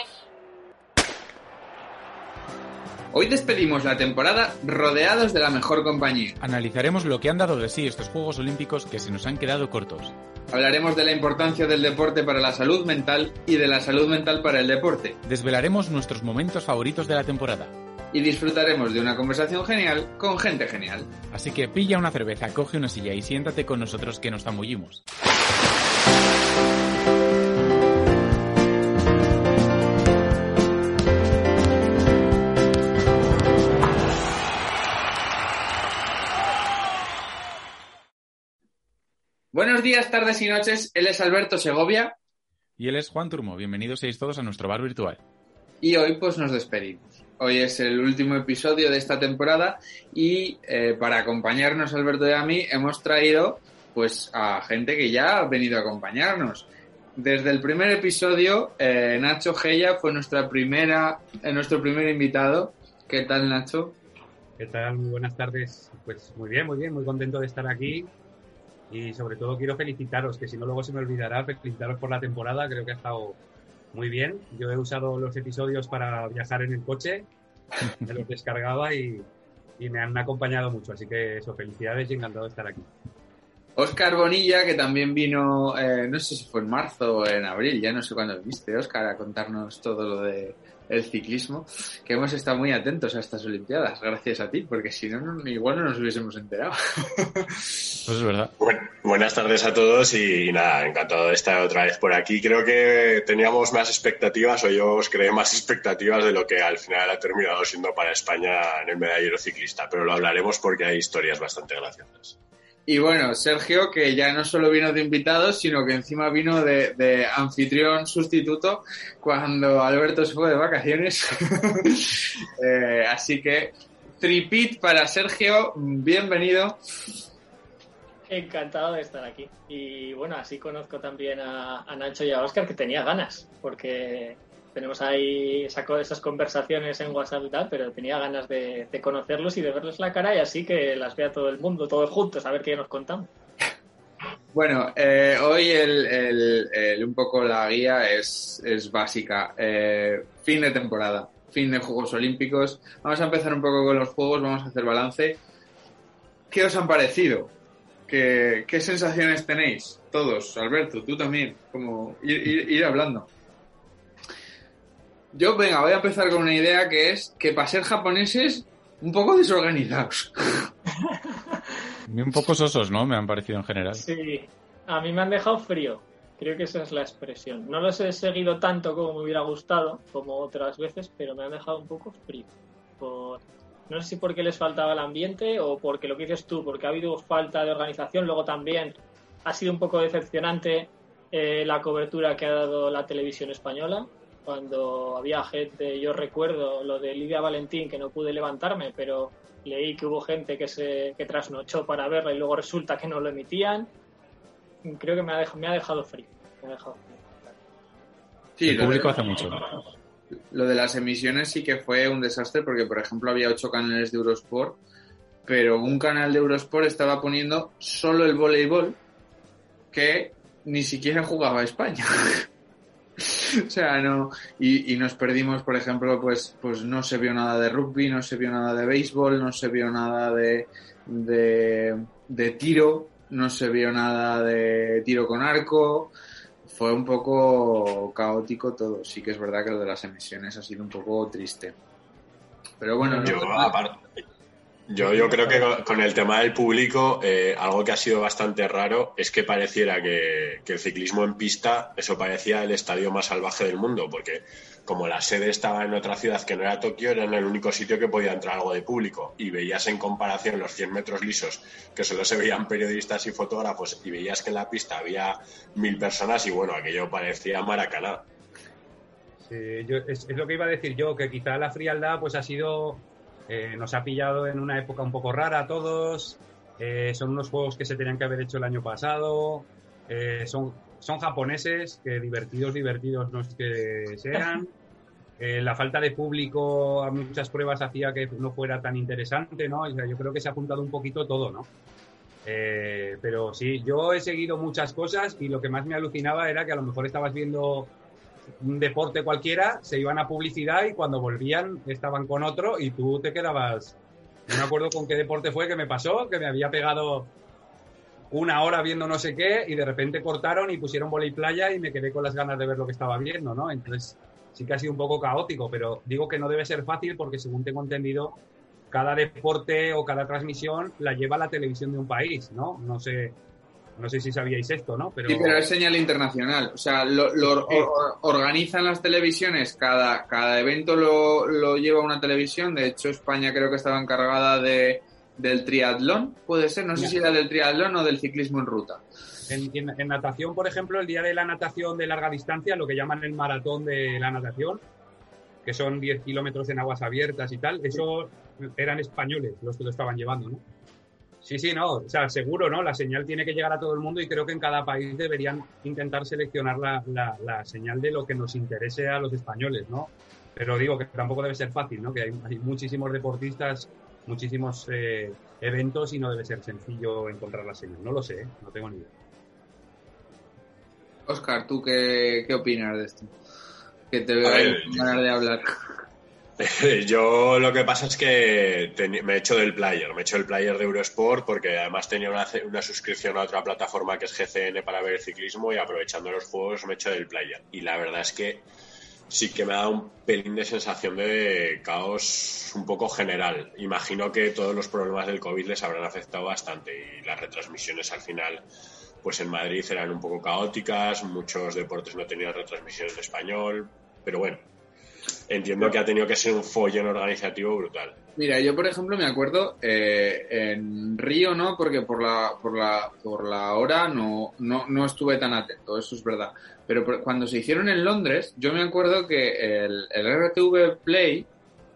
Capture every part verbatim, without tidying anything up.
Hoy despedimos la temporada rodeados de la mejor compañía. Analizaremos lo que han dado de sí estos Juegos Olímpicos que se nos han quedado cortos. Hablaremos de la importancia del deporte para la salud mental y de la salud mental para el deporte. Desvelaremos nuestros momentos favoritos de la temporada. Y disfrutaremos de una conversación genial con gente genial. Así que pilla una cerveza, coge una silla y siéntate con nosotros que nos zambullimos. Buenos días, tardes y noches. Él es Alberto Segovia. Y él es Juan Turmo. Bienvenidos seáis todos a nuestro bar virtual. Y hoy pues nos despedimos. Hoy es el último episodio de esta temporada y eh, para acompañarnos Alberto y a mí hemos traído pues a gente que ya ha venido a acompañarnos. Desde el primer episodio, eh, Nacho Geya fue nuestra primera, eh, nuestro primer invitado. ¿Qué tal, Nacho? ¿Qué tal? Muy buenas tardes. Pues muy bien, muy bien, muy contento de estar aquí. Y sobre todo quiero felicitaros, que si no luego se me olvidará, felicitaros por la temporada, creo que ha estado muy bien. Yo he usado los episodios para viajar en el coche, me los descargaba y, y me han acompañado mucho, así que eso, felicidades y encantado de estar aquí. Óscar Bonilla, que también vino, eh, no sé si fue en marzo o en abril, ya no sé cuándo viniste, Óscar, a contarnos todo lo de el ciclismo, que hemos estado muy atentos a estas Olimpiadas, gracias a ti, porque si no, no igual no nos hubiésemos enterado. Pues es verdad. Bueno, buenas tardes a todos y, y nada, encantado de estar otra vez por aquí. Creo que teníamos más expectativas, o yo os creé más expectativas de lo que al final ha terminado siendo para España en el medallero ciclista, pero lo hablaremos porque hay historias bastante graciosas. Y bueno, Sergio, que ya no solo vino de invitado, sino que encima vino de, de anfitrión sustituto cuando Alberto se fue de vacaciones. eh, así que, tripit para Sergio, bienvenido. Encantado de estar aquí. Y bueno, así conozco también a, a Nacho y a Óscar, que tenía ganas, porque tenemos ahí saco esas conversaciones en WhatsApp y tal, pero tenía ganas de, de conocerlos y de verles la cara y así que las vea todo el mundo, todos juntos, a ver qué nos contamos. Bueno, eh, hoy el, el, el, un poco la guía es, es básica. Eh, fin de temporada, fin de Juegos Olímpicos. Vamos a empezar un poco con los Juegos, vamos a hacer balance. ¿Qué os han parecido? ¿Qué, qué sensaciones tenéis? Todos, Alberto, tú también, como ir, ir, ir hablando. Yo, venga, voy a empezar con una idea que es que para ser japoneses, un poco desorganizados. Un poco sosos, ¿no? Me han parecido en general. Sí, a mí me han dejado frío. Creo que esa es la expresión. No los he seguido tanto como me hubiera gustado, como otras veces, pero me han dejado un poco frío. Por... No sé si porque les faltaba el ambiente o porque lo que dices tú, porque ha habido falta de organización. Luego también ha sido un poco decepcionante eh, la cobertura que ha dado la televisión española. Cuando había gente, yo recuerdo lo de Lidia Valentín, que no pude levantarme, pero leí que hubo gente que se que trasnochó para verla y luego resulta que no lo emitían. Creo que me ha dejado, me ha dejado frío. Me ha dejado frío. Sí, el público hace mucho. Lo de las emisiones sí que fue un desastre porque, por ejemplo, había ocho canales de Eurosport, pero un canal de Eurosport estaba poniendo solo el voleibol que ni siquiera jugaba España. O sea, no, y, y nos perdimos, por ejemplo, pues, pues no se vio nada de rugby, no se vio nada de béisbol, no se vio nada de, de, de tiro, no se vio nada de tiro con arco. Fue un poco caótico todo. Sí que es verdad que lo de las emisiones ha sido un poco triste. Pero bueno, yo, no, aparte, yo, yo creo que con el tema del público, eh, algo que ha sido bastante raro es que pareciera que, que el ciclismo en pista, eso parecía el estadio más salvaje del mundo, porque como la sede estaba en otra ciudad que no era Tokio, era en el único sitio que podía entrar algo de público. Y veías en comparación los cien metros lisos, que solo se veían periodistas y fotógrafos, y veías que en la pista había mil personas y bueno, aquello parecía Maracaná. Sí, yo, es, es lo que iba a decir yo, que quizá la frialdad pues ha sido... Eh, nos ha pillado en una época un poco rara a todos. Eh, son unos juegos que se tenían que haber hecho el año pasado. Eh, son, son japoneses, que divertidos, divertidos no es que sean. Eh, la falta de público a muchas pruebas hacía que no fuera tan interesante, ¿no? O sea, yo creo que se ha juntado un poquito todo, ¿no? Eh, pero sí, yo he seguido muchas cosas y lo que más me alucinaba era que a lo mejor estabas viendo un deporte cualquiera, se iban a publicidad y cuando volvían estaban con otro y tú te quedabas... No me acuerdo con qué deporte fue que me pasó, que me había pegado una hora viendo no sé qué y de repente cortaron y pusieron vóley playa y me quedé con las ganas de ver lo que estaba viendo, ¿no? Entonces sí que ha sido un poco caótico, pero digo que no debe ser fácil porque según tengo entendido, cada deporte o cada transmisión la lleva la televisión de un país, ¿no? No sé... No sé si sabíais esto, ¿no? Pero... Sí, pero es señal internacional. O sea, lo, lo Sí. or- organizan las televisiones, cada, cada evento lo, lo lleva una televisión. De hecho, España creo que estaba encargada de, del triatlón, puede ser. No sé Ya. si era del triatlón o del ciclismo en ruta. En, en- en natación, por ejemplo, el día de la natación de larga distancia, lo que llaman el maratón de la natación, que son diez kilómetros en aguas abiertas y tal, eso eran españoles los que lo estaban llevando, ¿no? Sí, sí, no, o sea, seguro, ¿no? La señal tiene que llegar a todo el mundo y creo que en cada país deberían intentar seleccionar la, la, la señal de lo que nos interese a los españoles, ¿no? Pero digo que tampoco debe ser fácil, ¿no? Que hay, hay muchísimos deportistas, muchísimos eh, eventos y no debe ser sencillo encontrar la señal. No lo sé, ¿eh? No tengo ni idea. Óscar, ¿tú qué, qué opinas de esto? Que te veo A ahí ver, con ganas de hablar. Yo lo que pasa es que teni- me he hecho del player, me he hecho el player de Eurosport porque además tenía una, una suscripción a otra plataforma que es G C N para ver el ciclismo y aprovechando los juegos me he hecho del player. Y la verdad es que sí que me ha dado un pelín de sensación de caos un poco general. Imagino que todos los problemas del COVID les habrán afectado bastante y las retransmisiones al final, pues en Madrid eran un poco caóticas, muchos deportes no tenían retransmisión en español, pero bueno. Entiendo que ha tenido que ser un follón organizativo brutal. Mira, yo por ejemplo me acuerdo eh, en Río, ¿no? Porque por la por la por la hora no no no estuve tan atento, eso es verdad. Pero por- cuando se hicieron en Londres, yo me acuerdo que el, el R T V Play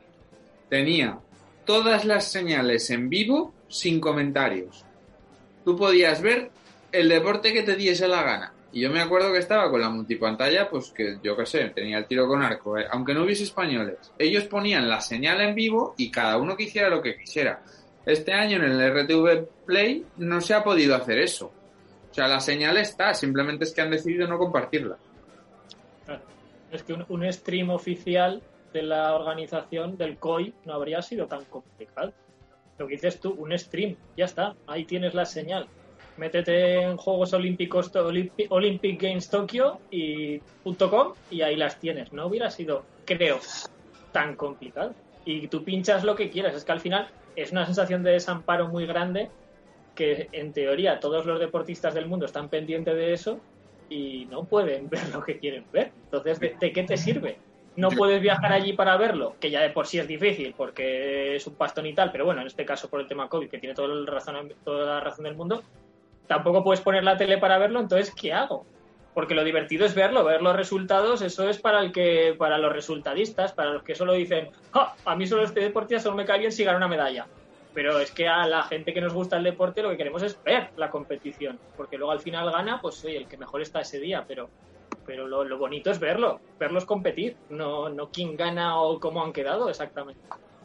tenía todas las señales en vivo sin comentarios. Tú podías ver el deporte que te diese la gana. Y yo me acuerdo que estaba con la multipantalla, pues que yo qué sé, tenía el tiro con arco, eh, aunque no hubiese españoles. Ellos ponían la señal en vivo y cada uno que hiciera lo que quisiera. Este año en el R T V Play no se ha podido hacer eso. O sea, la señal está, simplemente es que han decidido no compartirla. Claro. Es que un, un stream oficial de la organización del C O I no habría sido tan complicado. Lo que dices tú, un stream, ya está, ahí tienes la señal. Métete en Juegos Olímpicos, Olympi- Olympic Games Tokio y .com y ahí las tienes. No hubiera sido, creo, tan complicado. Y tú pinchas lo que quieras. Es que al final es una sensación de desamparo muy grande que en teoría todos los deportistas del mundo están pendientes de eso y no pueden ver lo que quieren ver. Entonces, ¿de, de qué te sirve? No puedes viajar allí para verlo, que ya de por sí es difícil porque es un pastón y tal, pero bueno, en este caso por el tema COVID, que tiene todo el razón, toda la razón del mundo, tampoco puedes poner la tele para verlo, entonces ¿qué hago? Porque lo divertido es verlo, ver los resultados, eso es para el que, para los resultadistas, para los que solo dicen, ¡ah! A mí solo este deporte solo me cae bien si gana una medalla. Pero es que a la gente que nos gusta el deporte lo que queremos es ver la competición, porque luego al final gana, pues oye, el que mejor está ese día, pero pero lo, lo bonito es verlo, verlos competir, no, no quién gana o cómo han quedado exactamente.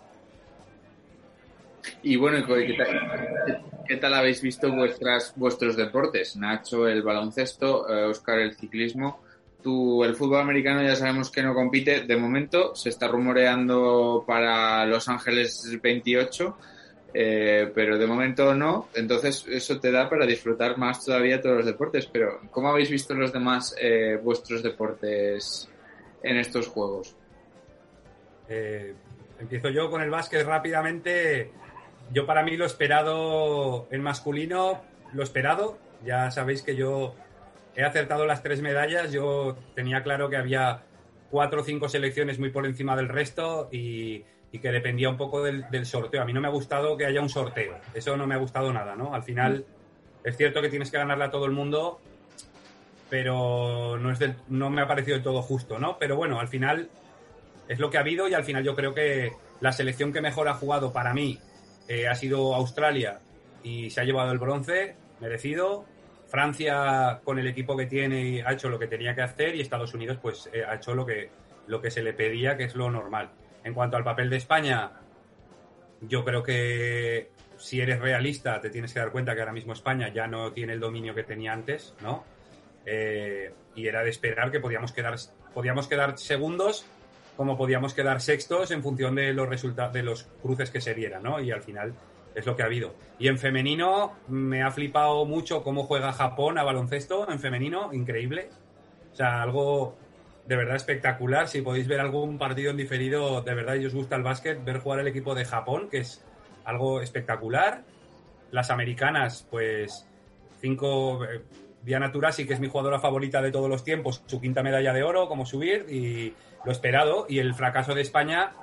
Y bueno, ¿qué tal, qué tal habéis visto vuestras vuestros deportes? Nacho, el baloncesto, eh, Óscar, el ciclismo. Tú, el fútbol americano ya sabemos que no compite. De momento se está rumoreando para Los Ángeles veintiocho, eh, pero de momento no. Entonces eso te da para disfrutar más todavía todos los deportes. Pero ¿cómo habéis visto los demás eh, vuestros deportes en estos juegos? Eh, empiezo yo con el básquet rápidamente. Yo para mí lo esperado en masculino, lo esperado, ya sabéis que yo he acertado las tres medallas, yo tenía claro que había cuatro o cinco selecciones muy por encima del resto y, y que dependía un poco del, del sorteo. A mí no me ha gustado que haya un sorteo, eso no me ha gustado nada, ¿no? Al final es cierto que tienes que ganarle a todo el mundo, pero no, es del, no me ha parecido del todo justo, ¿no? Pero bueno, al final es lo que ha habido y al final yo creo que la selección que mejor ha jugado para mí Eh, ha sido Australia y se ha llevado el bronce, merecido. Francia, con el equipo que tiene, ha hecho lo que tenía que hacer y Estados Unidos pues eh, ha hecho lo que, lo que se le pedía, que es lo normal. En cuanto al papel de España, yo creo que si eres realista te tienes que dar cuenta que ahora mismo España ya no tiene el dominio que tenía antes, ¿no? Eh, y era de esperar que podíamos quedar podíamos quedar segundos como podíamos quedar sextos en función de los resultados, de los cruces que se dieran, ¿no? Y al final es lo que ha habido. Y en femenino me ha flipado mucho cómo juega Japón a baloncesto, en femenino, increíble. O sea, algo de verdad espectacular. Si podéis ver algún partido en diferido, de verdad, y os gusta el básquet, ver jugar el equipo de Japón, que es algo espectacular. Las americanas, pues, cinco... Eh, Diana Taurasi, que es mi jugadora favorita de todos los tiempos, su quinta medalla de oro, como subir, y lo esperado. Y el fracaso de España,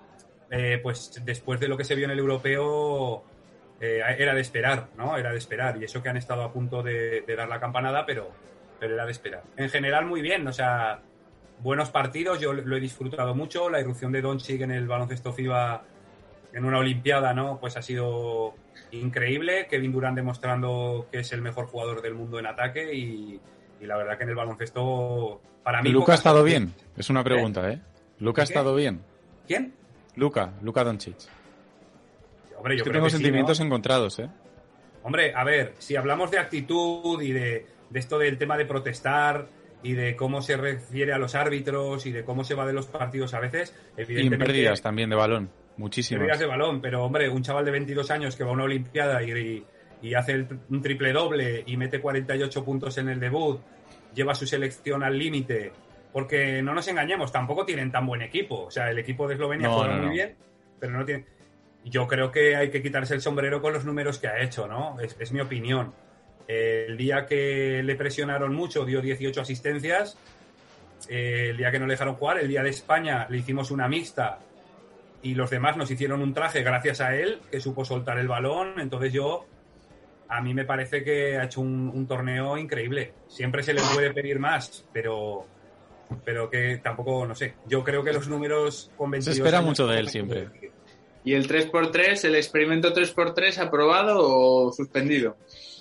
eh, pues después de lo que se vio en el europeo, eh, era de esperar, ¿no? Era de esperar. Y eso que han estado a punto de, de dar la campanada, pero, pero era de esperar. En general, muy bien, o sea, buenos partidos, yo lo he disfrutado mucho. La irrupción de Doncic en el baloncesto FIBA en una Olimpiada, ¿no? Pues ha sido increíble. Kevin Durant demostrando que es el mejor jugador del mundo en ataque y, y la verdad que en el baloncesto, para mí... ¿Luka ha estado bien? Es una pregunta, ¿eh? ¿eh? ¿Luka ha estado bien? ¿Quién? Luka, Luka Doncic. Hombre, yo es que creo tengo que sentimientos sí, ¿no? encontrados, ¿eh? Hombre, a ver, si hablamos de actitud y de, de esto del tema de protestar y de cómo se refiere a los árbitros y de cómo se va de los partidos a veces, evidentemente... Y pérdidas también de balón, muchísimas. Pérdidas de balón, pero hombre, un chaval de veintidós años que va a una Olimpiada y, y, y hace el, un triple doble y mete cuarenta y ocho puntos en el debut, lleva su selección al límite, porque no nos engañemos, tampoco tienen tan buen equipo. O sea, el equipo de Eslovenia no, juega no, muy no. bien, pero no tiene... Yo creo que hay que quitarse el sombrero con los números que ha hecho, ¿no? Es, es mi opinión. Eh, el día que le presionaron mucho dio dieciocho asistencias. Eh, el día que no le dejaron jugar, el día de España le hicimos una mixta y los demás nos hicieron un traje gracias a él, que supo soltar el balón. Entonces yo, a mí me parece que ha hecho un, un torneo increíble. Siempre se le puede pedir más, pero... pero que tampoco, no sé. Yo creo que los números con veintidós se espera años, mucho de él siempre. ¿Y el tres por tres, el experimento tres por tres, aprobado o suspendido?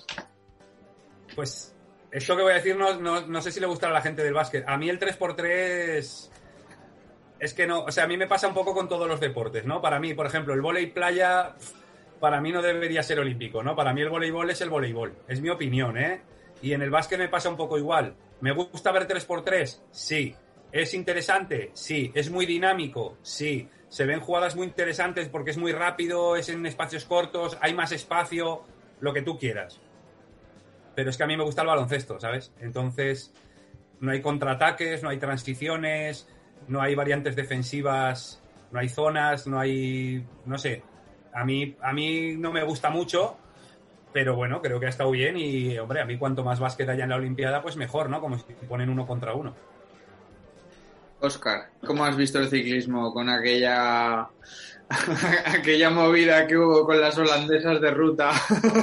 Pues esto que voy a decir no, no, no sé si le gustará a la gente del básquet. A mí el tres por tres es que no, o sea, a mí me pasa un poco con todos los deportes, ¿no? Para mí, por ejemplo, el vóley playa, para mí no debería ser olímpico, ¿no? Para mí el voleibol es el voleibol, es mi opinión, ¿eh? Y en el básquet me pasa un poco igual. ¿Me gusta ver tres por tres? Sí. ¿Es interesante? Sí. ¿Es muy dinámico? Sí. Se ven jugadas muy interesantes porque es muy rápido, es en espacios cortos, hay más espacio, lo que tú quieras. Pero es que a mí me gusta el baloncesto, ¿sabes? Entonces, no hay contraataques, no hay transiciones, no hay variantes defensivas, no hay zonas, no hay... no sé. A mí, a mí no me gusta mucho, pero bueno, creo que ha estado bien y, hombre, a mí cuanto más básquet haya en la Olimpiada, pues mejor, ¿no? Como si ponen uno contra uno. Óscar, ¿cómo has visto el ciclismo con aquella aquella movida que hubo con las holandesas de ruta?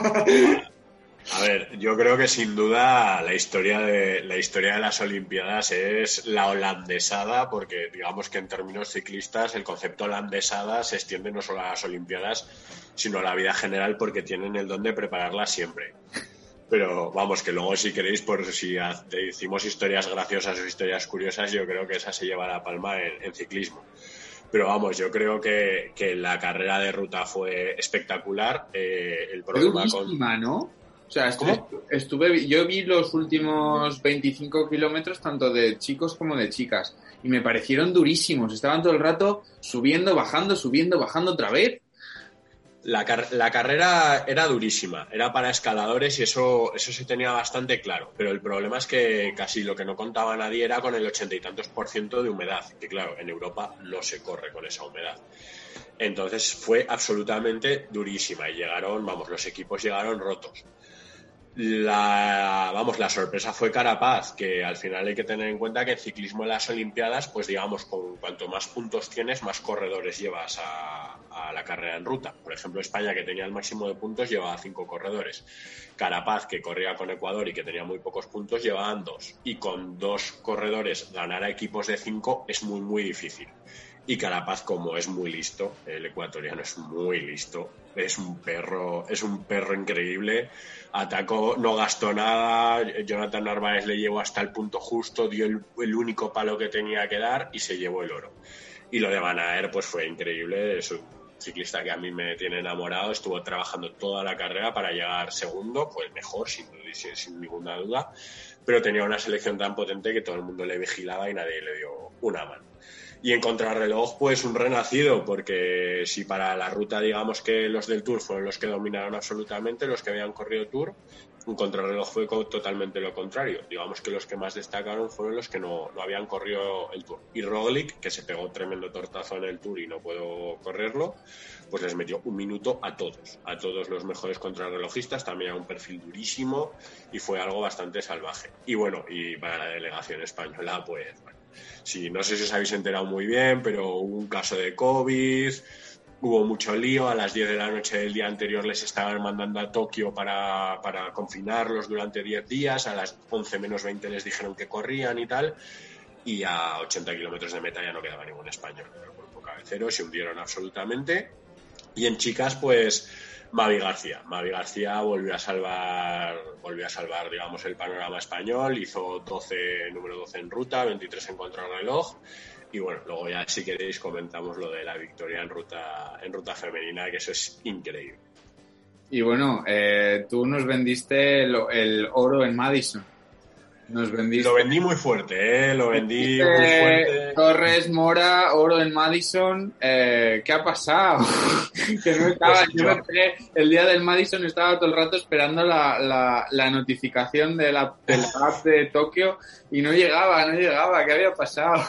A ver, yo creo que sin duda la historia de la historia de las Olimpiadas es la holandesada, porque digamos que en términos ciclistas el concepto holandesada se extiende no solo a las Olimpiadas, sino a la vida general, porque tienen el don de prepararlas siempre. Pero vamos, que luego si queréis, por si decimos historias graciosas o historias curiosas, yo creo que esa se lleva la palma en, en ciclismo. Pero vamos, yo creo que, que la carrera de ruta fue espectacular. Eh, el problema durísima, con... ¿no? O sea, estuve, estuve, yo vi los últimos veinticinco kilómetros tanto de chicos como de chicas y me parecieron durísimos. Estaban todo el rato subiendo, bajando, subiendo, bajando otra vez. La, car- la carrera era durísima, era para escaladores y eso, eso se tenía bastante claro. Pero el problema es que casi lo que no contaba nadie era con el ochenta y tantos por ciento de humedad, que claro, en Europa no se corre con esa humedad. Entonces fue absolutamente durísima y llegaron, vamos, los equipos llegaron rotos. La, vamos, la sorpresa fue Carapaz, que al final hay que tener en cuenta que el ciclismo en las Olimpiadas, pues digamos, con cuanto más puntos tienes, más corredores llevas a, a la carrera en ruta. Por ejemplo, España, que tenía el máximo de puntos, llevaba cinco corredores. Carapaz, que corría con Ecuador y que tenía muy pocos puntos, llevaban dos. Y con dos corredores ganar a equipos de cinco es muy, muy difícil. Y Carapaz, como es muy listo, el ecuatoriano es muy listo, es un perro, es un perro increíble, atacó, no gastó nada, Jonathan Narváez le llevó hasta el punto justo, dio el, el único palo que tenía que dar y se llevó el oro. Y lo de Van Aert pues fue increíble, es un ciclista que a mí me tiene enamorado, estuvo trabajando toda la carrera para llegar segundo, pues mejor, sin, sin, sin ninguna duda. pero tenía una selección tan potente que todo el mundo le vigilaba y nadie le dio una mano. Y en contrarreloj, pues un renacido, porque si para la ruta digamos que los del Tour fueron los que dominaron absolutamente, los que habían corrido Tour, en contrarreloj fue totalmente lo contrario. Digamos que los que más destacaron fueron los que no, no habían corrido el Tour. Y Roglic, que se pegó tremendo tortazo en el Tour y no pudo correrlo, pues les metió un minuto a todos, a todos los mejores contrarrelojistas, también a un perfil durísimo y fue algo bastante salvaje. Y bueno, y para la delegación española, pues bueno, sí, no sé si os habéis enterado muy bien, pero hubo un caso de COVID, hubo mucho lío, a las diez de la noche del día anterior les estaban mandando a Tokio para, para confinarlos durante diez días, a las once menos veinte les dijeron que corrían y tal, y a ochenta kilómetros de meta ya no quedaba ningún español, el cuerpo cabecero, se hundieron absolutamente. Y en chicas, pues Mavi García. Mavi García volvió a salvar, volvió a salvar, digamos, el panorama español, hizo doce, número doce en ruta, veintitrés en contrarreloj. Y bueno, luego ya si queréis comentamos lo de la victoria en ruta, en ruta femenina, que eso es increíble. Y bueno, eh, tú nos vendiste el, el oro en Madison. Nos vendiste... Lo vendí muy fuerte, ¿eh? Lo vendí muy fuerte. Torres, Mora, oro en Madison. Eh, ¿Qué ha pasado? que no estaba, pues yo, yo me pegué, el día del Madison estaba todo el rato esperando la, la, la notificación de la, de la app de Tokio y no llegaba, no llegaba. ¿Qué había pasado?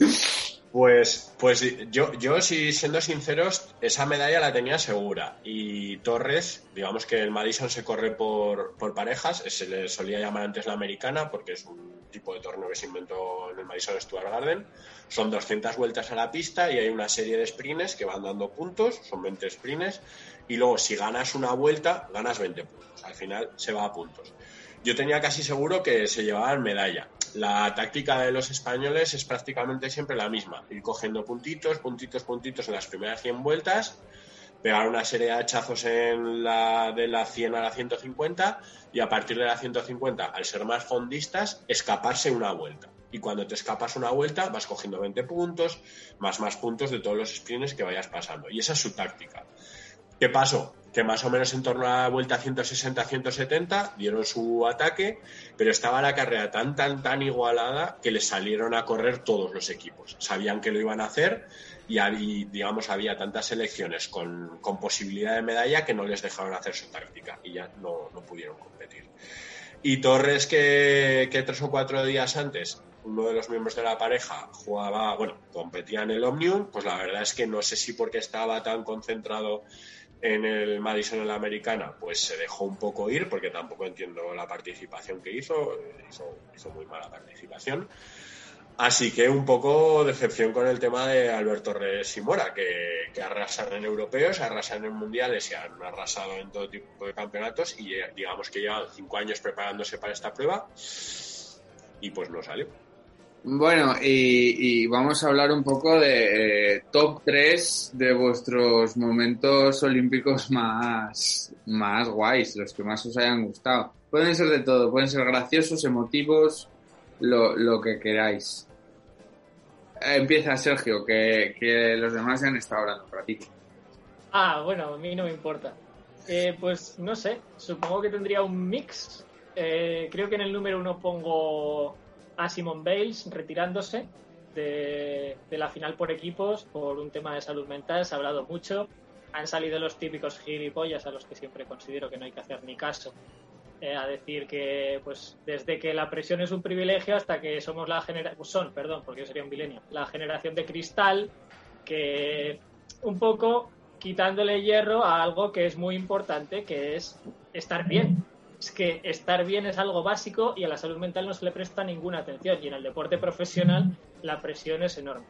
Pues, pues yo, yo, si siendo sinceros, esa medalla la tenía segura. Y Torres, digamos que el Madison se corre por, por parejas, se le solía llamar antes la americana, porque es un tipo de torneo que se inventó en el Madison Square Garden. Son doscientas vueltas a la pista y hay una serie de sprints que van dando puntos, son veinte sprints, y luego si ganas una vuelta, ganas veinte puntos. Al final se va a puntos. Yo tenía casi seguro que se llevaban medalla. La táctica de los españoles es prácticamente siempre la misma, ir cogiendo puntitos, puntitos, puntitos en las primeras cien vueltas, pegar una serie de hachazos en la, de la cien a la ciento cincuenta y a partir de la ciento cincuenta, al ser más fondistas, escaparse una vuelta. Y cuando te escapas una vuelta vas cogiendo veinte puntos, más más puntos de todos los sprints que vayas pasando. Y esa es su táctica. ¿Qué pasó? Que más o menos en torno a la vuelta ciento sesenta a ciento setenta dieron su ataque, pero estaba la carrera tan, tan, tan igualada que les salieron a correr todos los equipos. Sabían que lo iban a hacer y, y digamos, había tantas selecciones con, con posibilidad de medalla que no les dejaron hacer su táctica y ya no, no pudieron competir. Y Torres, que, que tres o cuatro días antes uno de los miembros de la pareja jugaba, bueno, competía en el Omnium, pues la verdad es que no sé si porque estaba tan concentrado en el Madison en la americana, pues se dejó un poco ir, porque tampoco entiendo la participación que hizo, hizo, hizo muy mala participación. Así que un poco decepción con el tema de Alberto Torres y Mora, que, que arrasan en europeos, arrasan en mundiales y han arrasado en todo tipo de campeonatos y digamos que llevan cinco años preparándose para esta prueba y pues no salió. Bueno, y, y vamos a hablar un poco de eh, top tres de vuestros momentos olímpicos más, más guays, los que más os hayan gustado. Pueden ser de todo, pueden ser graciosos, emotivos, lo, lo que queráis. Eh, empieza Sergio, que, que los demás ya han estado hablando un ratito. Ah, bueno, a mí no me importa. Eh, pues no sé, supongo que tendría un mix. Eh, creo que en el número uno pongo a Simone Biles retirándose de, de la final por equipos por un tema de salud mental. Se ha hablado mucho, han salido los típicos gilipollas a los que siempre considero que no hay que hacer ni caso, eh, a decir que pues desde que la presión es un privilegio hasta que somos la generación, son, perdón, porque yo sería un milenio, la generación de cristal, que un poco quitándole hierro a algo que es muy importante, que es estar bien. Es que estar bien es algo básico y a la salud mental no se le presta ninguna atención, y en el deporte profesional la presión es enorme.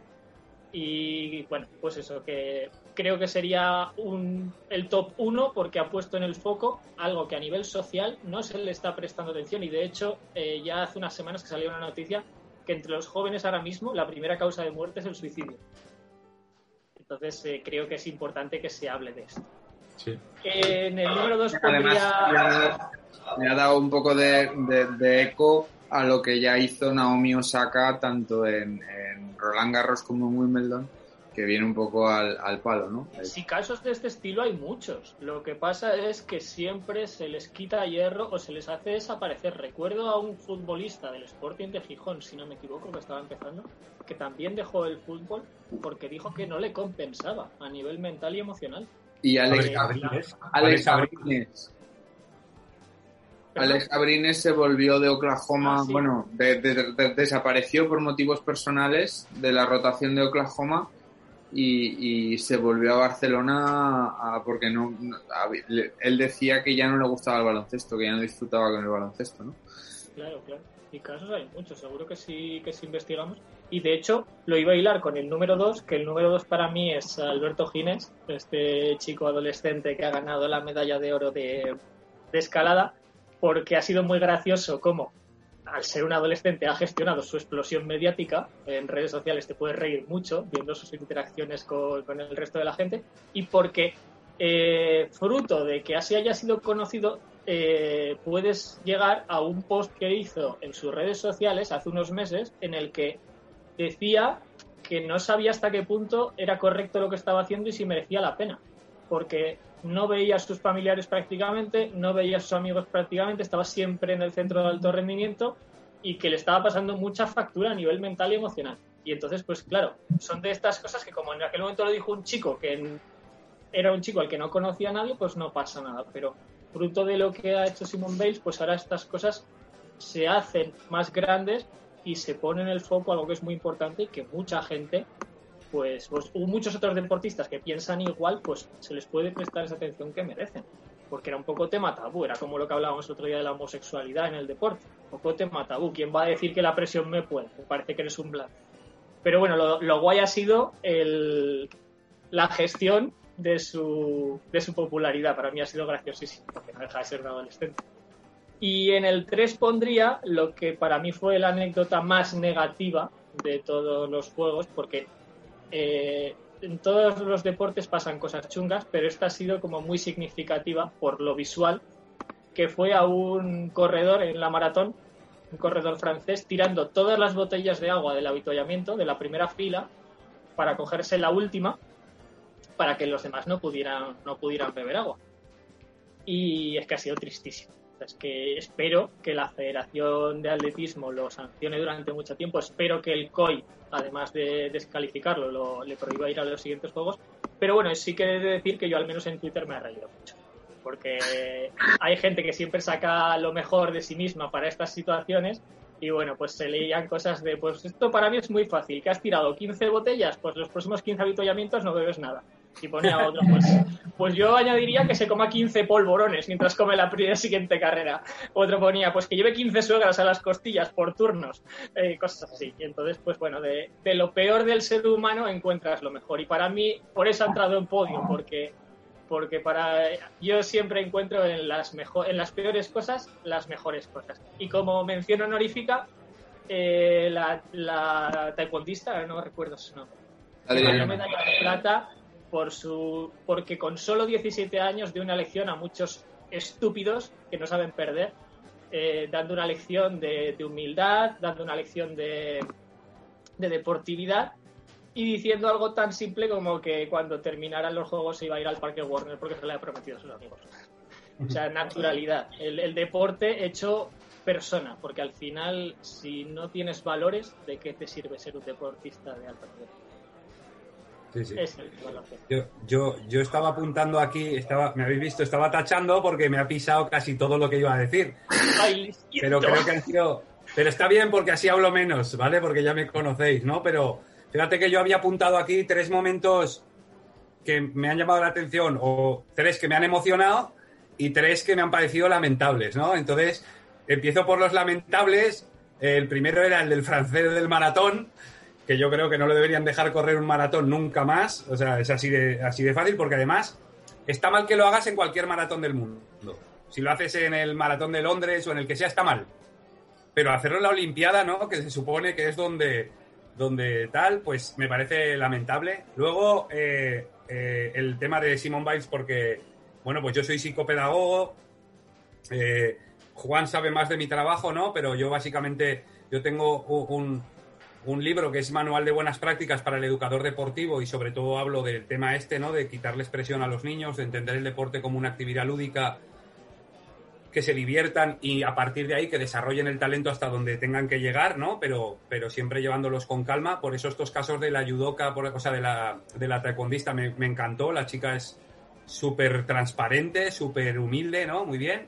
Y bueno, pues eso, que creo que sería un, el top uno porque ha puesto en el foco algo que a nivel social no se le está prestando atención, y de hecho eh, ya hace unas semanas que salió una noticia que entre los jóvenes ahora mismo la primera causa de muerte es el suicidio. Entonces eh, creo que es importante que se hable de esto. Sí. Eh, en el número dos Además, pondría... me ha dado un poco de, de, de eco a lo que ya hizo Naomi Osaka tanto en, en Roland Garros como en Wimbledon, que viene un poco al, al palo, ¿no? Sí, casos de este estilo hay muchos. Lo que pasa es que siempre se les quita hierro o se les hace desaparecer. Recuerdo a un futbolista del Sporting de Gijón, si no me equivoco, que estaba empezando, que también dejó el fútbol porque dijo que no le compensaba a nivel mental y emocional. Y Alex Eh, Abrines. la- Alex Alex Abrines. Alex Abrines se volvió de Oklahoma, Ah, sí. bueno, de- de- de- desapareció por motivos personales de la rotación de Oklahoma y, y se volvió a Barcelona a- porque no, no- a- le- él decía que ya no le gustaba el baloncesto, que ya no disfrutaba con el baloncesto, ¿no? Claro, claro. Y casos hay muchos, seguro que sí que sí investigamos. Y de hecho, lo iba a hilar con el número dos, que el número dos para mí es Alberto Ginés, este chico adolescente que ha ganado la medalla de oro de, de escalada, porque ha sido muy gracioso cómo, al ser un adolescente, ha gestionado su explosión mediática. En redes sociales te puedes reír mucho viendo sus interacciones con, con el resto de la gente, y porque, eh, fruto de que así haya sido conocido, eh, puedes llegar a un post que hizo en sus redes sociales hace unos meses en el que decía que no sabía hasta qué punto era correcto lo que estaba haciendo y si merecía la pena, porque no veía a sus familiares prácticamente, no veía a sus amigos prácticamente, estaba siempre en el centro de alto rendimiento y que le estaba pasando mucha factura a nivel mental y emocional. Y entonces, pues claro, son de estas cosas que, como en aquel momento lo dijo un chico que en- era un chico al que no conocía a nadie, pues no pasa nada. Pero fruto de lo que ha hecho Simone Biles, pues ahora estas cosas se hacen más grandes y se pone en el foco algo que es muy importante y que mucha gente, pues, pues hubo muchos otros deportistas que piensan igual, pues se les puede prestar esa atención que merecen. Porque era un poco tema tabú, era como lo que hablábamos el otro día de la homosexualidad en el deporte. Un poco tema tabú. ¿Quién va a decir que la presión me puede? Me parece que eres un blanco. Pero bueno, lo, lo guay ha sido el, la gestión de su, de su popularidad. Para mí ha sido graciosísimo, porque no deja de ser un adolescente. Y en el tres pondría lo que para mí fue la anécdota más negativa de todos los juegos, porque eh, en todos los deportes pasan cosas chungas, pero esta ha sido como muy significativa por lo visual, que fue a un corredor en la maratón, un corredor francés, tirando todas las botellas de agua del avituallamiento de la primera fila para cogerse la última, para que los demás no pudieran, no pudieran beber agua. Y es que ha sido tristísimo. Es que espero que la Federación de Atletismo lo sancione durante mucho tiempo. Espero que el C O I, además de descalificarlo, lo, le prohíba ir a los siguientes juegos. Pero bueno, sí que he de decir que yo al menos en Twitter me he reído mucho. Porque hay gente que siempre saca lo mejor de sí misma para estas situaciones. Y bueno, pues se leían cosas de, pues esto para mí es muy fácil, que has tirado quince botellas, pues los próximos quince avituallamientos no bebes nada. Y ponía otro, pues, pues yo añadiría que se coma quince polvorones mientras come la primera siguiente carrera. Otro ponía, pues que lleve quince suegras a las costillas por turnos, eh, cosas así. Y entonces, pues bueno, de, de lo peor del ser humano encuentras lo mejor. Y para mí, por eso ha entrado en podio, porque porque para yo siempre encuentro en las mejor, en las peores cosas las mejores cosas. Y como mención honorífica, eh, la, la taekwondista, no recuerdo su nombre, ganó medalla de plata por su porque con solo diecisiete años dio una lección a muchos estúpidos que no saben perder, eh, dando una lección de, de humildad, dando una lección de, de deportividad, y diciendo algo tan simple como que cuando terminaran los juegos se iba a ir al Parque Warner porque se le había prometido a sus amigos. O sea, naturalidad. El, el deporte hecho persona, porque al final, si no tienes valores, ¿de qué te sirve ser un deportista de alto nivel? Sí, sí. Es el valor. Yo, yo, yo estaba apuntando aquí, estaba, me habéis visto, estaba tachando porque me ha pisado casi todo lo que iba a decir. Ay, Pero creo que han sido... Pero está bien porque así hablo menos, ¿vale? Porque ya me conocéis, ¿no? Pero fíjate que yo había apuntado aquí tres momentos que me han llamado la atención, o tres que me han emocionado y tres que me han parecido lamentables, ¿no? Entonces, empiezo por los lamentables. El primero era el del francés del maratón, que yo creo que no le deberían dejar correr un maratón nunca más. O sea, es así de, así de fácil, porque además está mal que lo hagas en cualquier maratón del mundo. Si lo haces en el maratón de Londres o en el que sea, está mal. Pero hacerlo en la Olimpiada, ¿no? Que se supone que es donde... donde tal, pues me parece lamentable. Luego, eh, eh, el tema de Simone Biles, porque, bueno, pues yo soy psicopedagogo, eh, Juan sabe más de mi trabajo, ¿no? Pero yo básicamente, yo tengo un, un libro que es Manual de Buenas Prácticas para el Educador Deportivo, y sobre todo hablo del tema este, ¿no? De quitarles presión a los niños, de entender el deporte como una actividad lúdica, que se diviertan y a partir de ahí que desarrollen el talento hasta donde tengan que llegar, ¿no? Pero, pero siempre llevándolos con calma. Por eso estos casos de la judoka, por, o sea, de la, de la taekwondista me, me encantó. La chica es súper transparente, súper humilde, ¿no? Muy bien.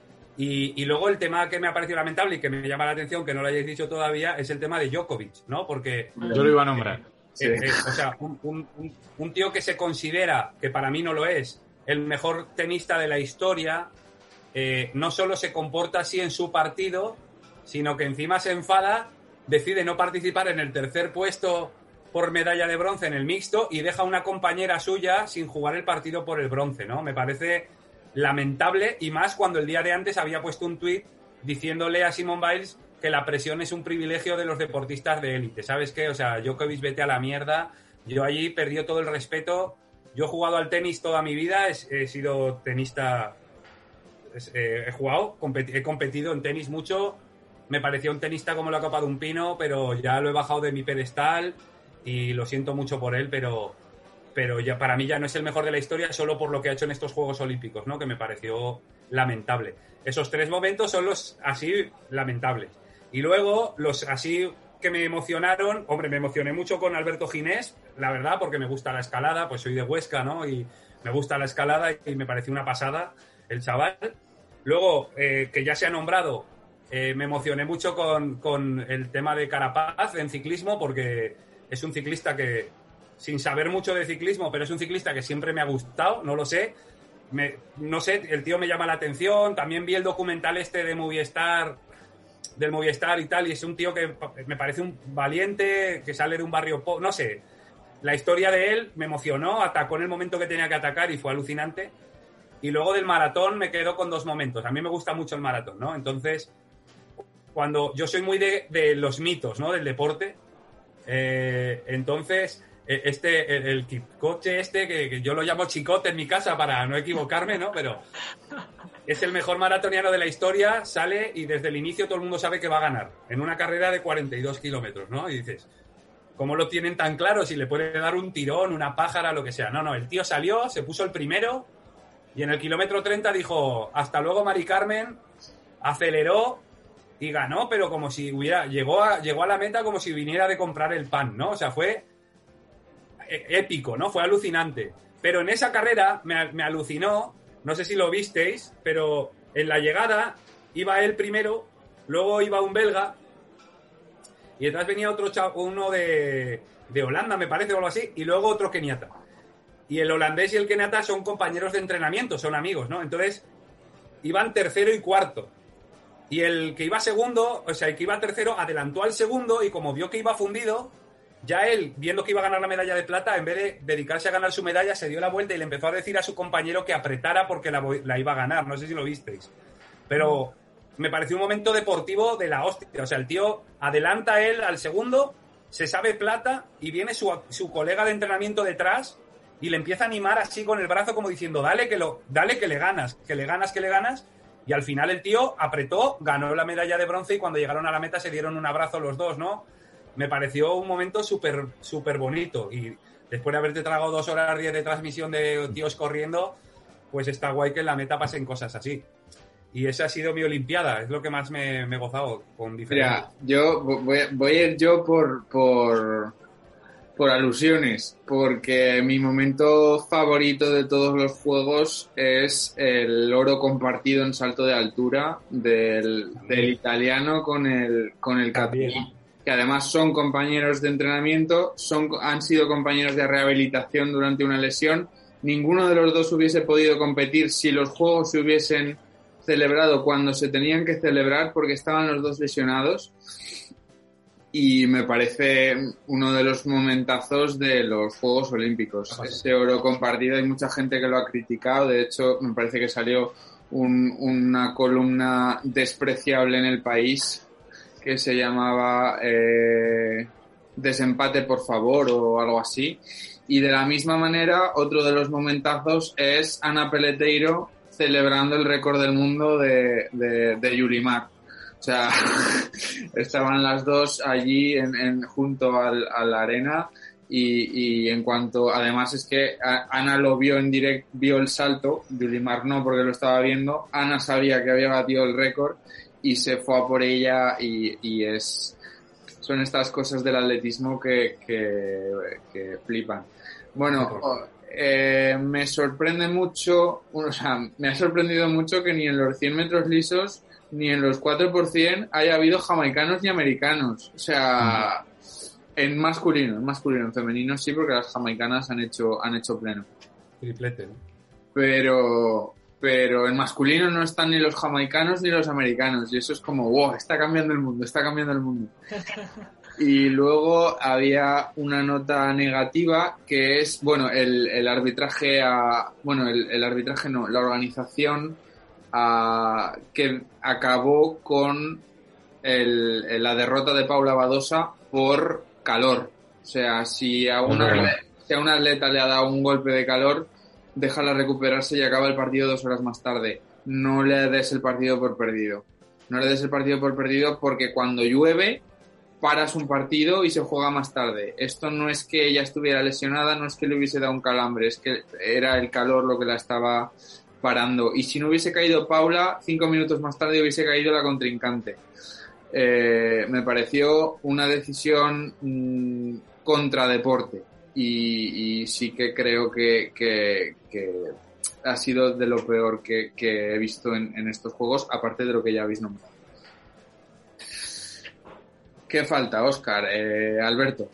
Y, y luego el tema que me ha parecido lamentable y que me llama la atención, que no lo hayáis dicho todavía, es el tema de Djokovic, ¿no? Porque... Yo lo iba a nombrar. Eh, eh, o sea, un, un, un, un tío que se considera, que para mí no lo es, el mejor tenista de la historia... Eh, no solo se comporta así en su partido, sino que encima se enfada, decide no participar en el tercer puesto por medalla de bronce en el mixto y deja a una compañera suya sin jugar el partido por el bronce, ¿no? Me parece lamentable, y más cuando el día de antes había puesto un tuit diciéndole a Simone Biles que la presión es un privilegio de los deportistas de élite. ¿Sabes qué? O sea, Djokovic, vete a la mierda. Yo allí perdió todo el respeto. Yo he jugado al tenis toda mi vida, he, he sido tenista... Eh, he jugado, competi- he competido en tenis mucho, me parecía un tenista como la copa de un pino, pero ya lo he bajado de mi pedestal y lo siento mucho por él, pero, pero ya para mí ya no es el mejor de la historia solo por lo que ha hecho en estos Juegos Olímpicos, ¿no? Que me pareció lamentable. Esos tres momentos son los así lamentables. Y luego los así que me emocionaron, hombre, me emocioné mucho con Alberto Ginés, la verdad, porque me gusta la escalada, pues soy de Huesca, ¿no? Y me gusta la escalada y me pareció una pasada el chaval. Luego, eh, que ya se ha nombrado, eh, me emocioné mucho con, con el tema de Carapaz en ciclismo, porque es un ciclista que, sin saber mucho de ciclismo, pero es un ciclista que siempre me ha gustado, no lo sé. Me, no sé, el tío me llama la atención. También vi el documental este de Movistar, del Movistar y tal, y es un tío que me parece un valiente, que sale de un barrio pobre, no sé. La historia de él me emocionó, atacó en el momento que tenía que atacar y fue alucinante. Y luego del maratón me quedo con dos momentos. A mí me gusta mucho el maratón, ¿no? Entonces, cuando yo soy muy de, de los mitos, ¿no? Del deporte. Eh, entonces, este, el, el coche este, que, que yo lo llamo Chicote en mi casa para no equivocarme, ¿no? Pero es el mejor maratoniano de la historia, sale y desde el inicio todo el mundo sabe que va a ganar. En una carrera de cuarenta y dos kilómetros, ¿no? Y dices, ¿cómo lo tienen tan claro? Si le puede dar un tirón, una pájara, lo que sea. No, no, el tío salió, se puso el primero... Y en el kilómetro treinta dijo, hasta luego Mari Carmen, aceleró y ganó, pero como si hubiera, llegó a, llegó a la meta como si viniera de comprar el pan, ¿no? O sea, fue épico, ¿no? Fue alucinante. Pero en esa carrera me, me alucinó, no sé si lo visteis, pero en la llegada iba él primero, luego iba un belga, y detrás venía otro chavo, uno de, de Holanda, me parece, o algo así, y luego otro keniata. Y el holandés y el keniata son compañeros de entrenamiento, son amigos, ¿no? Entonces, iban tercero y cuarto. Y el que iba segundo, o sea, el que iba tercero, adelantó al segundo y como vio que iba fundido, ya él, viendo que iba a ganar la medalla de plata, en vez de dedicarse a ganar su medalla, se dio la vuelta y le empezó a decir a su compañero que apretara porque la, la iba a ganar. No sé si lo visteis. Pero me pareció un momento deportivo de la hostia. O sea, el tío adelanta a él al segundo, se sabe plata y viene su, su colega de entrenamiento detrás y le empieza a animar así con el brazo como diciendo, dale que lo, dale que le ganas, que le ganas, que le ganas. Y al final el tío apretó, ganó la medalla de bronce y cuando llegaron a la meta se dieron un abrazo los dos, ¿no? Me pareció un momento súper, súper bonito. Y después de haberte tragado dos horas diez de transmisión de tíos corriendo, pues está guay que en la meta pasen cosas así. Y esa ha sido mi Olimpiada, es lo que más me, me he gozado con diferentes. Mira, yo voy, voy a ir yo por... por... por alusiones, porque mi momento favorito de todos los juegos es el oro compartido en salto de altura del, del italiano con el con el catalán, que además son compañeros de entrenamiento, son han sido compañeros de rehabilitación durante una lesión. Ninguno de los dos hubiese podido competir si los juegos se hubiesen celebrado cuando se tenían que celebrar, porque estaban los dos lesionados. Y me parece uno de los momentazos de los Juegos Olímpicos. Ese oro compartido, hay mucha gente que lo ha criticado. De hecho, me parece que salió un, una columna despreciable en El País que se llamaba eh, Desempate, por favor, o algo así. Y de la misma manera, otro de los momentazos es Ana Peleteiro celebrando el récord del mundo de, de, de Yulimar. O sea... estaban las dos allí en, en, junto al, a la arena y, y en cuanto, además es que Ana lo vio en direct, vio el salto, Yulimar no porque lo estaba viendo, Ana sabía que había batido el récord y se fue a por ella y, y es, son estas cosas del atletismo que, que, que flipan. Bueno, eh, me sorprende mucho, o sea, me ha sorprendido mucho que ni en los cien metros lisos ni en los cuatro por cien haya habido jamaicanos ni americanos. O sea, en masculino, en masculino, en femenino sí, porque las jamaicanas han hecho, han hecho pleno. Triplete, ¿no? Pero, pero en masculino no están ni los jamaicanos ni los americanos. Y eso es como, wow, está cambiando el mundo, está cambiando el mundo. Y luego había una nota negativa que es, bueno, el, el arbitraje a, bueno, el, el arbitraje no, la organización a, que acabó con el, la derrota de Paula Badosa por calor. O sea, si a, una, atleta, si a un atleta le ha dado un golpe de calor, déjala recuperarse y acaba el partido dos horas más tarde. No le des el partido por perdido. No le des el partido por perdido porque cuando llueve paras un partido y se juega más tarde. Esto no es que ella estuviera lesionada, no es que le hubiese dado un calambre, es que era el calor lo que la estaba parando. Y si no hubiese caído Paula, cinco minutos más tarde hubiese caído la contrincante. Eh, me pareció una decisión mmm, contra deporte y, y sí que creo que, que, que ha sido de lo peor que, que he visto en, en estos juegos, aparte de lo que ya habéis nombrado. ¿Qué falta, Óscar? Eh, Alberto.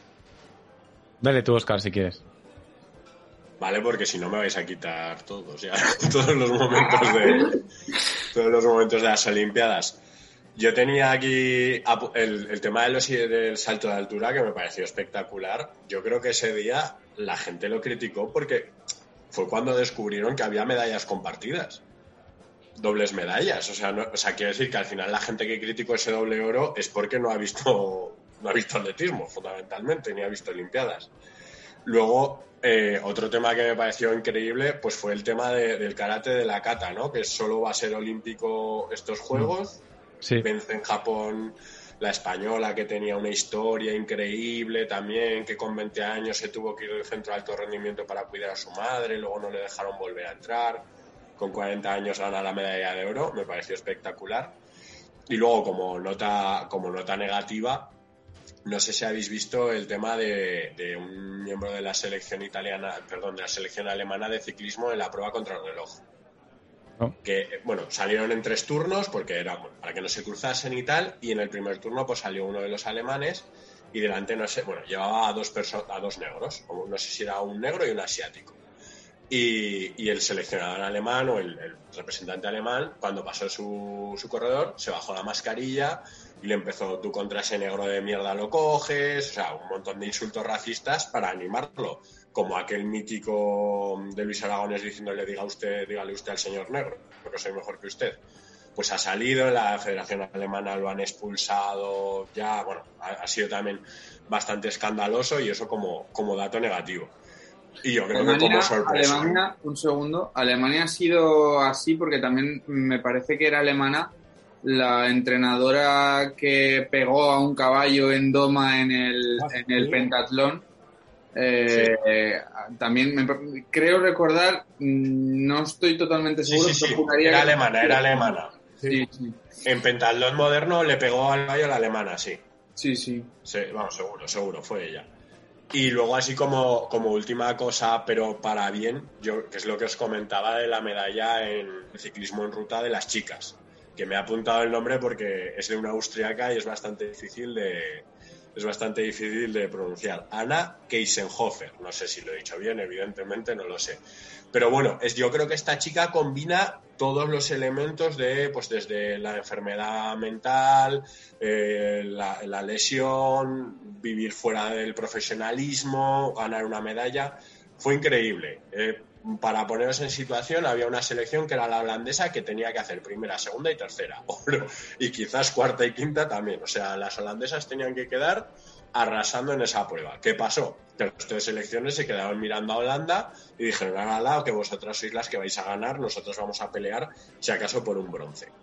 Dale tú, Óscar, si quieres. Vale, porque si no me vais a quitar todos ya, todos los momentos de todos los momentos de las Olimpiadas. Yo tenía aquí el, el tema de los, del salto de altura que me pareció espectacular. Yo creo que ese día la gente lo criticó porque fue cuando descubrieron que había medallas compartidas. Dobles medallas. O sea, no, o sea, quiero decir que al final la gente que criticó ese doble oro es porque no ha visto, no ha visto atletismo, fundamentalmente, ni ha visto Olimpiadas. Luego, eh, otro tema que me pareció increíble pues fue el tema de, del karate de la kata, ¿no? Que solo va a ser olímpico estos Juegos. Sí. Vence en Japón la española, que tenía una historia increíble también, que con veinte años se tuvo que ir del centro de alto rendimiento para cuidar a su madre, luego no le dejaron volver a entrar, con cuarenta años gana la medalla de oro, me pareció espectacular. Y luego, como nota, como nota negativa, no sé si habéis visto el tema de, de un miembro de la selección italiana, perdón, de la selección alemana de ciclismo en la prueba contra el reloj. Que, bueno, salieron en tres turnos porque era bueno, para que no se cruzasen y tal, y en el primer turno pues salió uno de los alemanes y delante, no sé, bueno, llevaba a dos perso- a dos negros, como no sé si era un negro y un asiático. Y, y el seleccionador alemán o el, el representante alemán, cuando pasó su, su corredor, se bajó la mascarilla y le empezó, tú contra ese negro de mierda lo coges, o sea, un montón de insultos racistas para animarlo. Como aquel mítico de Luis Aragonés diciéndole diga usted, dígale usted al señor negro, porque soy mejor que usted. Pues ha salido, la Federación Alemana lo han expulsado, ya, bueno, ha, ha sido también bastante escandaloso y eso como, como dato negativo. Y yo creo Alemania, que como sorpresa. Alemania, un segundo, Alemania ha sido así porque también me parece que era alemana la entrenadora que pegó a un caballo en Doma en el, ah, en el sí. pentatlón. Eh, sí. eh, también me, creo recordar, no estoy totalmente seguro. Sí, sí, sí. Era que... alemana, era alemana. Sí, sí. En pentatlón moderno le pegó al caballo a la alemana, sí. Sí, sí. Sí, vamos, seguro, seguro, fue ella. Y luego así como, como última cosa, pero para bien, yo que es lo que os comentaba de la medalla en ciclismo en ruta de las chicas, que me ha apuntado el nombre porque es de una austriaca y es bastante difícil de... es bastante difícil de pronunciar. Anna Keisenhofer. No sé si lo he dicho bien, evidentemente, no lo sé. Pero bueno, es, yo creo que esta chica combina todos los elementos de, pues desde la enfermedad mental, eh, la, la lesión, vivir fuera del profesionalismo, ganar una medalla. Fue increíble. Eh, para poneros en situación, había una selección que era la holandesa que tenía que hacer primera, segunda y tercera oro, y quizás cuarta y quinta también. O sea, las holandesas tenían que quedar arrasando en esa prueba. ¿Qué pasó? Que las tres selecciones se quedaron mirando a Holanda y dijeron, al lado que vosotras sois las que vais a ganar, nosotros vamos a pelear si acaso por un bronce.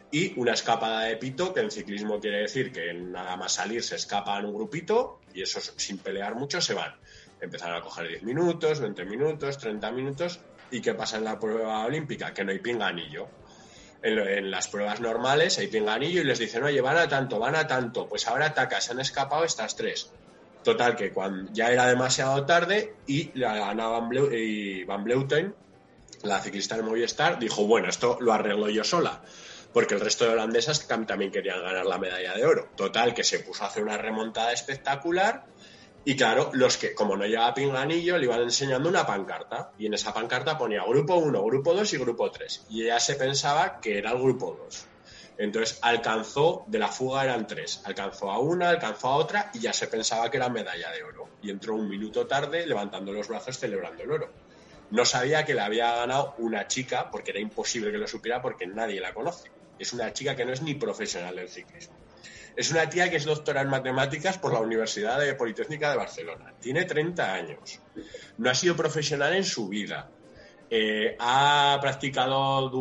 y una escapada de pito, que en ciclismo quiere decir que nada más salir se escapan un grupito y eso sin pelear mucho se van. Empezaron a coger diez minutos, veinte minutos, treinta minutos. ¿Y qué pasa en la prueba olímpica? Que no hay pinganillo. En, lo, en las pruebas normales hay pinganillo y les dicen, oye, van a tanto, van a tanto, pues ahora ataca, se han escapado estas tres. Total, que cuando ya era demasiado tarde y la Anna Van, Bleu, y Van Vleuten, la ciclista del Movistar, dijo, bueno, esto lo arreglo yo sola, porque el resto de holandesas también querían ganar la medalla de oro. Total, que se puso a hacer una remontada espectacular y claro, los que, como no llevaba pinganillo, le iban enseñando una pancarta y en esa pancarta ponía grupo uno, grupo dos y grupo tres y ella se pensaba que era el grupo dos. Entonces alcanzó, de la fuga eran tres, alcanzó a una, alcanzó a otra y ya se pensaba que era medalla de oro. Y entró un minuto tarde levantando los brazos celebrando el oro. No sabía que le había ganado una chica, porque era imposible que lo supiera porque nadie la conoce. Es una chica que no es ni profesional del ciclismo. Es una tía que es doctora en matemáticas por la Universidad de Politécnica de Barcelona. Tiene treinta años. No ha sido profesional en su vida. Eh, ha practicado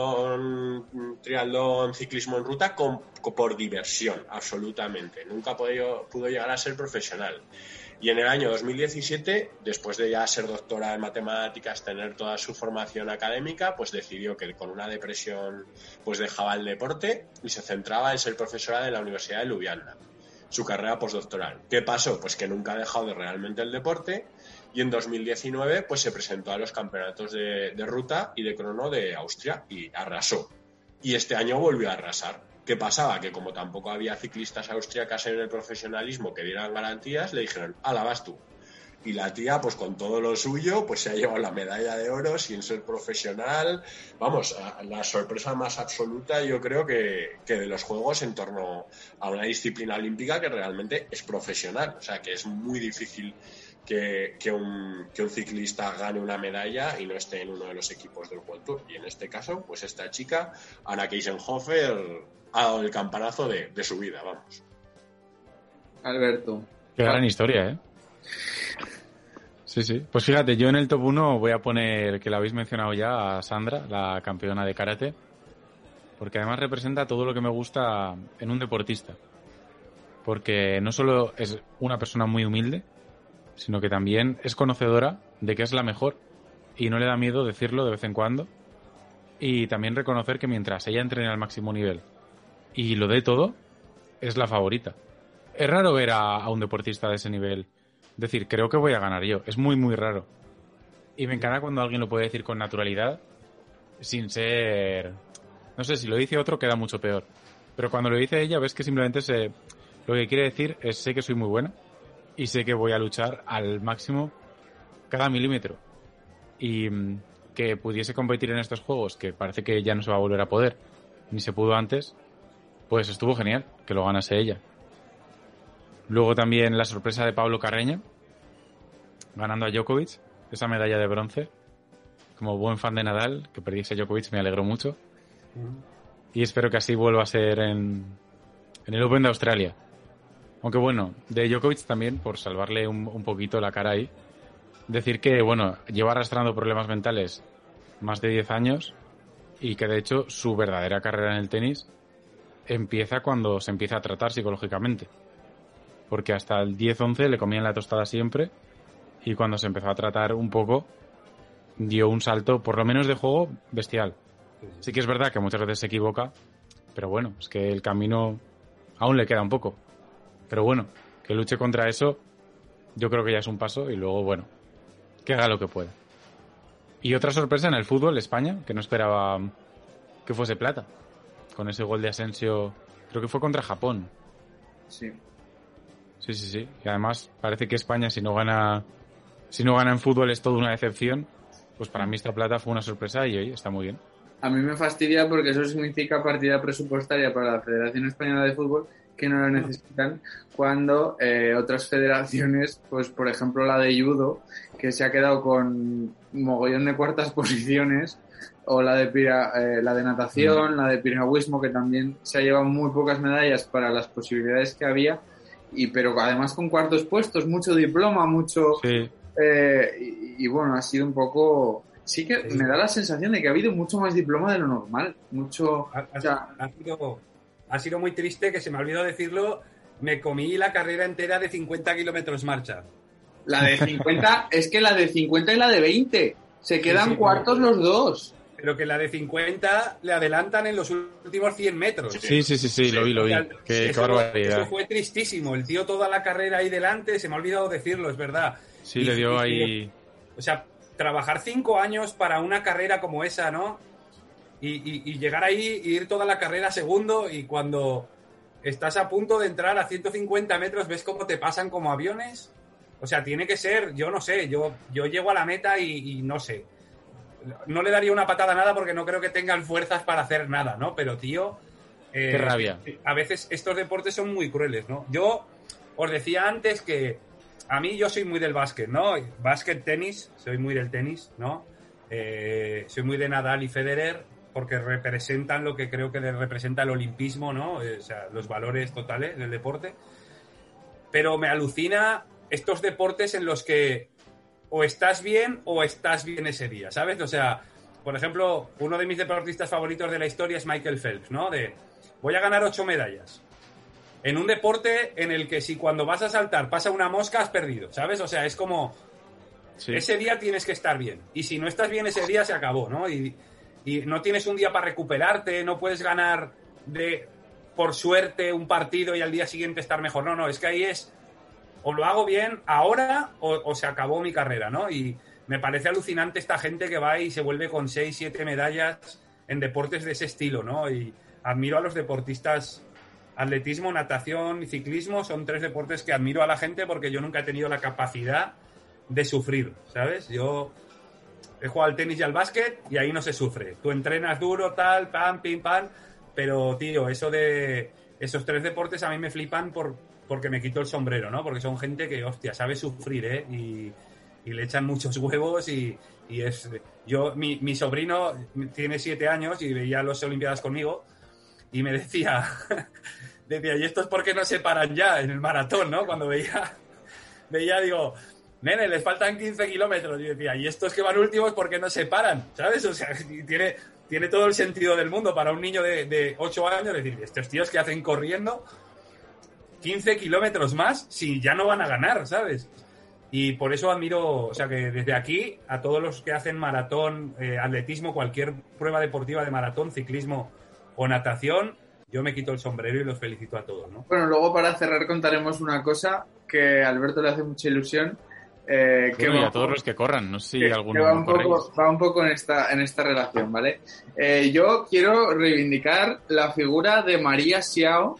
dualdón, trialdón, ciclismo en ruta con, con, por diversión, absolutamente. Nunca pudo, pudo llegar a ser profesional. Y en el año dos mil diecisiete, después de ya ser doctora en matemáticas, tener toda su formación académica, pues decidió que con una depresión pues dejaba el deporte y se centraba en ser profesora de la Universidad de Ljubljana, su carrera postdoctoral. ¿Qué pasó? Pues que nunca ha dejado de realmente el deporte. Y en dos mil diecinueve pues se presentó a los campeonatos de, de ruta y de crono de Austria y arrasó. Y este año volvió a arrasar. ¿Qué pasaba? Que como tampoco había ciclistas austriacas en el profesionalismo que dieran garantías, le dijeron, ¡hala, vas tú! Y la tía, pues con todo lo suyo, pues se ha llevado la medalla de oro sin ser profesional. Vamos, la sorpresa más absoluta yo creo que, que de los Juegos en torno a una disciplina olímpica que realmente es profesional. O sea, que es muy difícil que, que, un, que un ciclista gane una medalla y no esté en uno de los equipos del World Tour. Y en este caso, pues esta chica, Anna Kiesenhofer, ha dado el campanazo de, de su vida, vamos. Alberto. Qué gran historia, ¿eh? Sí, sí. Pues fíjate, yo en el top uno voy a poner, que la habéis mencionado ya, a Sandra, la campeona de karate, porque además representa todo lo que me gusta en un deportista. Porque no solo es una persona muy humilde, sino que también es conocedora de que es la mejor y no le da miedo decirlo de vez en cuando. Y también reconocer que mientras ella entrene al máximo nivel y lo dé todo, es la favorita. Es raro ver a, a un deportista de ese nivel decir, creo que voy a ganar yo. Es muy, muy raro. Y me encanta cuando alguien lo puede decir con naturalidad, sin ser... No sé, si lo dice otro queda mucho peor. Pero cuando lo dice ella, ves que simplemente se... lo que quiere decir es, sé que soy muy buena y sé que voy a luchar al máximo cada milímetro. Y que pudiese competir en estos juegos, que parece que ya no se va a volver a poder, ni se pudo antes, pues estuvo genial que lo ganase ella. Luego también la sorpresa de Pablo Carreño, ganando a Djokovic, esa medalla de bronce. Como buen fan de Nadal, que perdiese a Djokovic, me alegró mucho. Y espero que así vuelva a ser en, en el Open de Australia. Aunque bueno, de Djokovic también, por salvarle un, un poquito la cara ahí, decir que, bueno, lleva arrastrando problemas mentales más de diez años y que de hecho su verdadera carrera en el tenis empieza cuando se empieza a tratar psicológicamente. Porque hasta el diez once le comían la tostada siempre y cuando se empezó a tratar un poco dio un salto, por lo menos de juego, bestial. Sí que es verdad que muchas veces se equivoca, pero bueno, es que el camino aún le queda un poco. Pero bueno, que luche contra eso yo creo que ya es un paso y luego, bueno, que haga lo que pueda. Y otra sorpresa en el fútbol, España, que no esperaba que fuese plata. Con ese gol de Asensio, creo que fue contra Japón. Sí. Sí, sí, sí. Y además parece que España, si no gana si no gana en fútbol, es toda una decepción. Pues para mí esta plata fue una sorpresa y oye, está muy bien. A mí me fastidia porque eso significa partida presupuestaria para la Federación Española de Fútbol que no la necesitan cuando eh, otras federaciones, pues por ejemplo la de judo, que se ha quedado con mogollón de cuartas posiciones, o la de pira, eh, la de natación, mm. la de piragüismo, que también se ha llevado muy pocas medallas para las posibilidades que había, y pero además con cuartos puestos, mucho diploma, mucho... Sí. Eh, y, y bueno, ha sido un poco... sí que me da la sensación de que ha habido mucho más diploma de lo normal. Mucho. Ha, ha, o sea, ha sido, ha sido muy triste, que se me ha olvidado decirlo. Me comí la carrera entera de cincuenta kilómetros marcha. La de cincuenta, es que la de cincuenta y la de veinte. Se quedan sí, sí, cuartos pero, los dos. Pero que la de cincuenta le adelantan en los últimos cien metros. Sí, sí, sí, sí, lo vi, lo vi. Qué, eso, qué barbaridad. Eso fue tristísimo. El tío toda la carrera ahí delante, se me ha olvidado decirlo, es verdad. Sí, y, le dio y, ahí... O sea, trabajar cinco años para una carrera como esa, ¿no? Y, y, y llegar ahí y ir toda la carrera segundo, y cuando estás a punto de entrar a ciento cincuenta metros, ves cómo te pasan como aviones. O sea, tiene que ser, yo no sé, yo, yo llego a la meta y, y no sé. No le daría una patada a nada porque no creo que tengan fuerzas para hacer nada, ¿no? Pero, tío... Eh, Qué rabia. A veces estos deportes son muy crueles, ¿no? Yo os decía antes que a mí yo soy muy del básquet, ¿no? Básquet, tenis, soy muy del tenis, ¿no? Eh, soy muy de Nadal y Federer porque representan lo que creo que representa el olimpismo, ¿no? Eh, o sea, los valores totales del deporte. Pero me alucina estos deportes en los que o estás bien o estás bien ese día, ¿sabes? O sea, por ejemplo, uno de mis deportistas favoritos de la historia es Michael Phelps, ¿no? De, voy a ganar ocho medallas. En un deporte en el que si cuando vas a saltar pasa una mosca, has perdido, ¿sabes? O sea, es como... Sí. Ese día tienes que estar bien. Y si no estás bien ese día, se acabó, ¿no? Y, y no tienes un día para recuperarte, no puedes ganar de por suerte un partido y al día siguiente estar mejor. No, no, es que ahí es... o lo hago bien ahora o, o se acabó mi carrera, ¿no? Y me parece alucinante esta gente que va y se vuelve con seis, siete medallas en deportes de ese estilo, ¿no? Y admiro a los deportistas, atletismo, natación y ciclismo, son tres deportes que admiro a la gente porque yo nunca he tenido la capacidad de sufrir, ¿sabes? Yo he jugado al tenis y al básquet y ahí no se sufre. Tú entrenas duro, tal, pam, pim, pam, pero, tío, eso de... esos tres deportes a mí me flipan por... porque me quito el sombrero, ¿no? Porque son gente que, hostia, sabe sufrir, ¿eh? Y, y le echan muchos huevos y, y es... Yo, mi, mi sobrino tiene siete años y veía las Olimpiadas conmigo y me decía, decía, ¿y estos por qué no se paran ya en el maratón, no? Cuando veía, veía, digo, nene, les faltan quince kilómetros. Y decía, ¿y estos que van últimos por qué no se paran? ¿Sabes? O sea, tiene, tiene todo el sentido del mundo para un niño de, de ocho años decir, estos tíos que hacen corriendo quince kilómetros más si ya no van a ganar, ¿sabes? Y por eso admiro, o sea, que desde aquí a todos los que hacen maratón, eh, atletismo, cualquier prueba deportiva de maratón, ciclismo o natación, yo me quito el sombrero y los felicito a todos, ¿no? Bueno, luego para cerrar contaremos una cosa que a Alberto le hace mucha ilusión. Eh, que bueno, va, y a todos los que corran, no sé si que, alguno que va, un corréis. poco, va un poco en esta, en esta relación, ¿vale? Eh, yo quiero reivindicar la figura de María Xiao,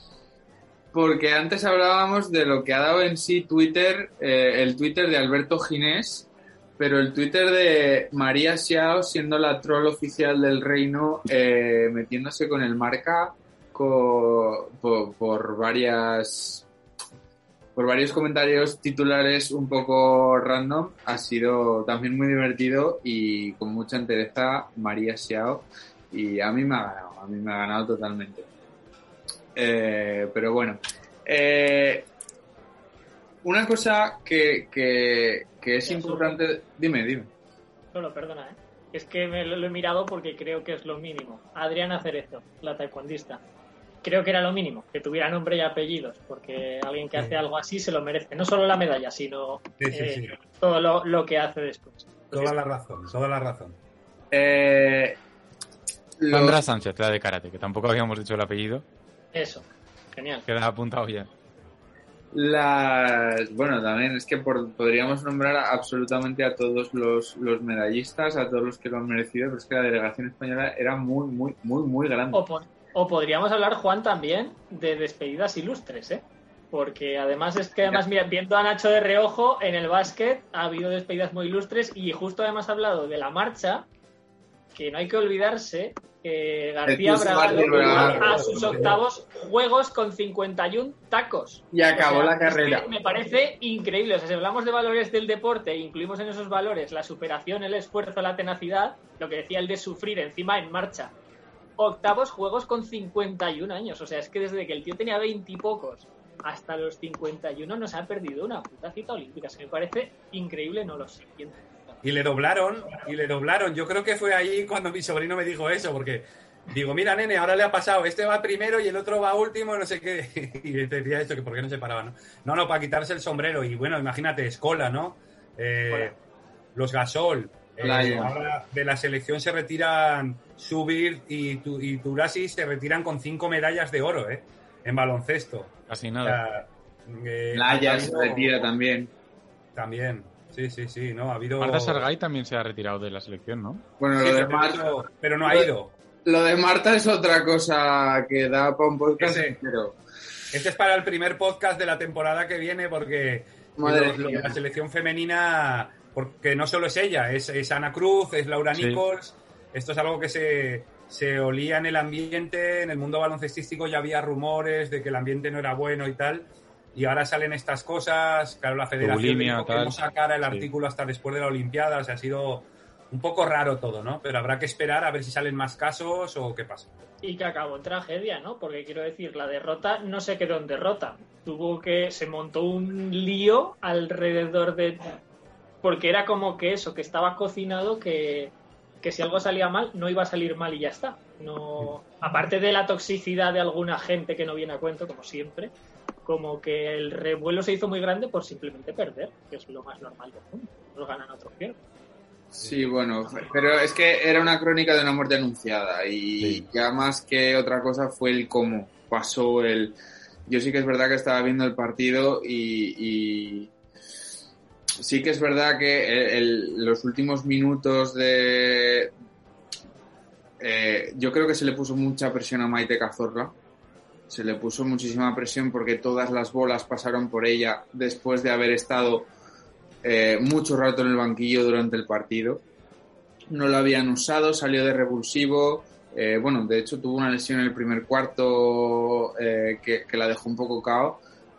porque antes hablábamos de lo que ha dado en sí Twitter, eh, el Twitter de Alberto Ginés, pero el Twitter de María Xiao, siendo la troll oficial del reino, eh, metiéndose con el marca co, por, por varias por varios comentarios titulares un poco random, ha sido también muy divertido y con mucha entereza María Xiao, y a mí me ha ganado, a mí me ha ganado totalmente. Eh, pero bueno, eh, una cosa que, que, que es importante, dime, dime. Solo, perdona, ¿eh? Es que me lo, lo he mirado porque creo que es lo mínimo. Adriana Cerezo, la taekwondista, creo que era lo mínimo, que tuviera nombre y apellidos, porque alguien que hace algo así se lo merece, no solo la medalla, sino sí, sí, eh, sí. todo lo, lo que hace después. Toda la razón, toda la razón. Eh, los... Sandra Sánchez, la de karate, que tampoco habíamos dicho el apellido. Eso, genial. Queda apuntado ya. Las, bueno, también es que por, podríamos nombrar absolutamente a todos los, los medallistas, a todos los que lo han merecido, pero es que la delegación española era muy, muy, muy, muy grande. O, por, o podríamos hablar, Juan, también de despedidas ilustres, ¿eh? Porque además es que, además, mira, viendo a Nacho de reojo, en el básquet ha habido despedidas muy ilustres y justo además ha hablado de la marcha, que no hay que olvidarse que García Bragado a sus octavos juegos con cincuenta y uno tacos. Y acabó o sea, la carrera. Es que me parece increíble. O sea, si hablamos de valores del deporte e incluimos en esos valores la superación, el esfuerzo, la tenacidad, lo que decía el de sufrir encima en marcha. Octavos juegos con cincuenta y un años. O sea, es que desde que el tío tenía veinte y pocos hasta los cincuenta y uno no se ha perdido una puta cita olímpica. Se me parece increíble, no lo sé. y le doblaron, y le doblaron. Yo creo que fue ahí cuando mi sobrino me dijo eso, porque digo, mira, nene, ahora le ha pasado, este va primero y el otro va último, no sé qué. Y te decía esto, que por qué no se paraba, ¿no? No, no, para quitarse el sombrero. Y bueno, imagínate, Escola, ¿no? Eh, los Gasol. Eh, ahora de la selección se retiran Subir y, y Turasi se retiran con cinco medallas de oro, ¿eh? En baloncesto. Casi nada. Eh, Playa se retira también. También. Sí, sí, sí, ¿no? Ha habido... Marta Sargay también se ha retirado de la selección, ¿no? Bueno, sí, lo de pero, Marta... pero no ha ido. Lo de Marta es otra cosa que da para un podcast Ese, entero. Este es para el primer podcast de la temporada que viene, porque lo, lo de la selección femenina, porque no solo es ella, es, es Ana Cruz, es Laura sí. Nichols. Esto es algo que se, se olía en el ambiente, en el mundo baloncestístico ya había rumores de que el ambiente no era bueno y tal. Y ahora salen estas cosas, claro, la federación dijo que no sacara el artículo sí. hasta después de la Olimpiada, o sea, ha sido un poco raro todo, ¿no? Pero habrá que esperar a ver si salen más casos o qué pasa. Y que acabó en tragedia, ¿no? Porque quiero decir, la derrota no se quedó en derrota. Tuvo que... Se montó un lío alrededor de... Porque era como que eso, que estaba cocinado, que, que si algo salía mal, no iba a salir mal y ya está. No... Aparte de la toxicidad de alguna gente que no viene a cuento, como siempre, como que el revuelo se hizo muy grande por simplemente perder, que es lo más normal del mundo. Los ganan otros pierden. Sí, bueno, pero es que era una crónica de una muerte anunciada y sí. ya más que otra cosa fue el cómo pasó el... Yo sí que es verdad que estaba viendo el partido y, y sí que es verdad que el, el, los últimos minutos de... Eh, yo creo que se le puso mucha presión a Maite Cazorla. Se le puso muchísima presión porque todas las bolas pasaron por ella después de haber estado eh, mucho rato en el banquillo durante el partido. No lo habían usado, salió de revulsivo. Eh, bueno, de hecho tuvo una lesión en el primer cuarto eh, que, que la dejó un poco cao.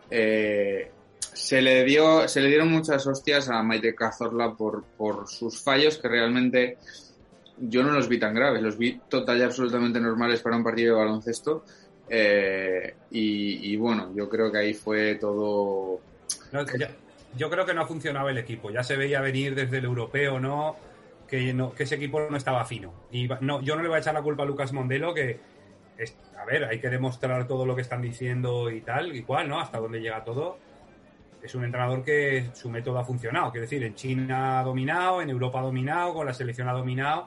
Eh, se le dio, se le dieron muchas hostias a Maite Cazorla por, por sus fallos que realmente yo no los vi tan graves, los vi total y absolutamente normales para un partido de baloncesto. Eh, y, y bueno, yo creo que ahí fue todo... No, ya, yo creo que no ha funcionado el equipo, ya se veía venir desde el europeo, ¿no? Que, no, que ese equipo no estaba fino. Y no, yo no le voy a echar la culpa a Lucas Mondelo, que, es, a ver, hay que demostrar todo lo que están diciendo y tal, igual, ¿no? Hasta dónde llega todo. Es un entrenador que su método ha funcionado, quiero decir, en China ha dominado, en Europa ha dominado, con la selección ha dominado.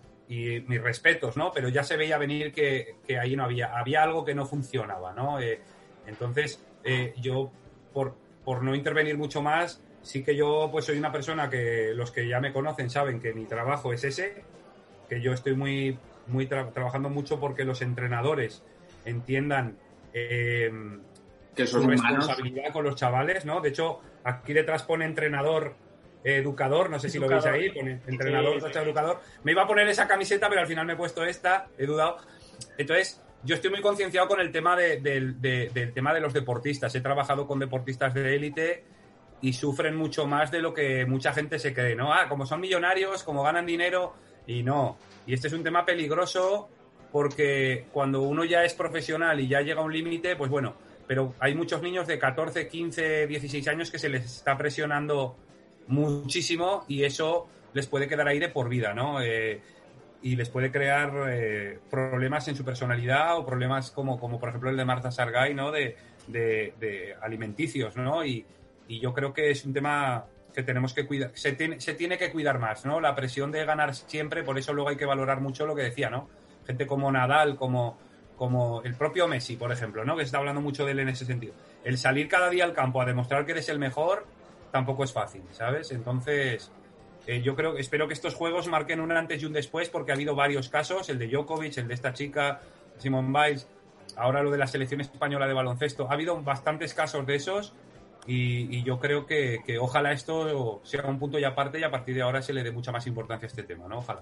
Y mis respetos, ¿no? Pero ya se veía venir que, que ahí no había, había algo que no funcionaba, ¿no? Eh, entonces, eh, yo, por, por no intervenir mucho más, sí que yo pues soy una persona que los que ya me conocen saben que mi trabajo es ese, que yo estoy muy, muy tra- trabajando mucho porque los entrenadores entiendan eh, que son su humanos. Responsabilidad con los chavales, ¿no? De hecho, aquí detrás pone entrenador... educador, no sé si educador. Lo veis ahí, pone entrenador, sí, sí. educador. Me iba a poner esa camiseta, pero al final me he puesto esta, he dudado. Entonces, yo estoy muy concienciado con el tema de, de, de, del tema de los deportistas. He trabajado con deportistas de élite y sufren mucho más de lo que mucha gente se cree, ¿no? Ah, como son millonarios, como ganan dinero, y no. Y este es un tema peligroso porque cuando uno ya es profesional y ya llega a un límite, pues bueno, pero hay muchos niños de catorce, quince, dieciséis años que se les está presionando muchísimo y eso les puede quedar ahí de por vida, ¿no? Eh, y les puede crear eh, problemas en su personalidad o problemas como, como por ejemplo el de Marta Sargay, ¿no? De, de, de alimenticios, ¿no? Y, y yo creo que es un tema que tenemos que cuidar, se tiene, se tiene que cuidar más, ¿no? La presión de ganar siempre, por eso luego hay que valorar mucho lo que decía, ¿no? Gente como Nadal, como, como el propio Messi, por ejemplo, ¿no? Que se está hablando mucho de él en ese sentido. El salir cada día al campo a demostrar que eres el mejor tampoco es fácil, ¿sabes? Entonces, eh, yo creo, espero que estos juegos marquen un antes y un después, porque ha habido varios casos, el de Djokovic, el de esta chica, Simone Biles, ahora lo de la selección española de baloncesto. Ha habido bastantes casos de esos y, y yo creo que, que ojalá esto sea un punto y aparte y a partir de ahora se le dé mucha más importancia a este tema, ¿no? Ojalá.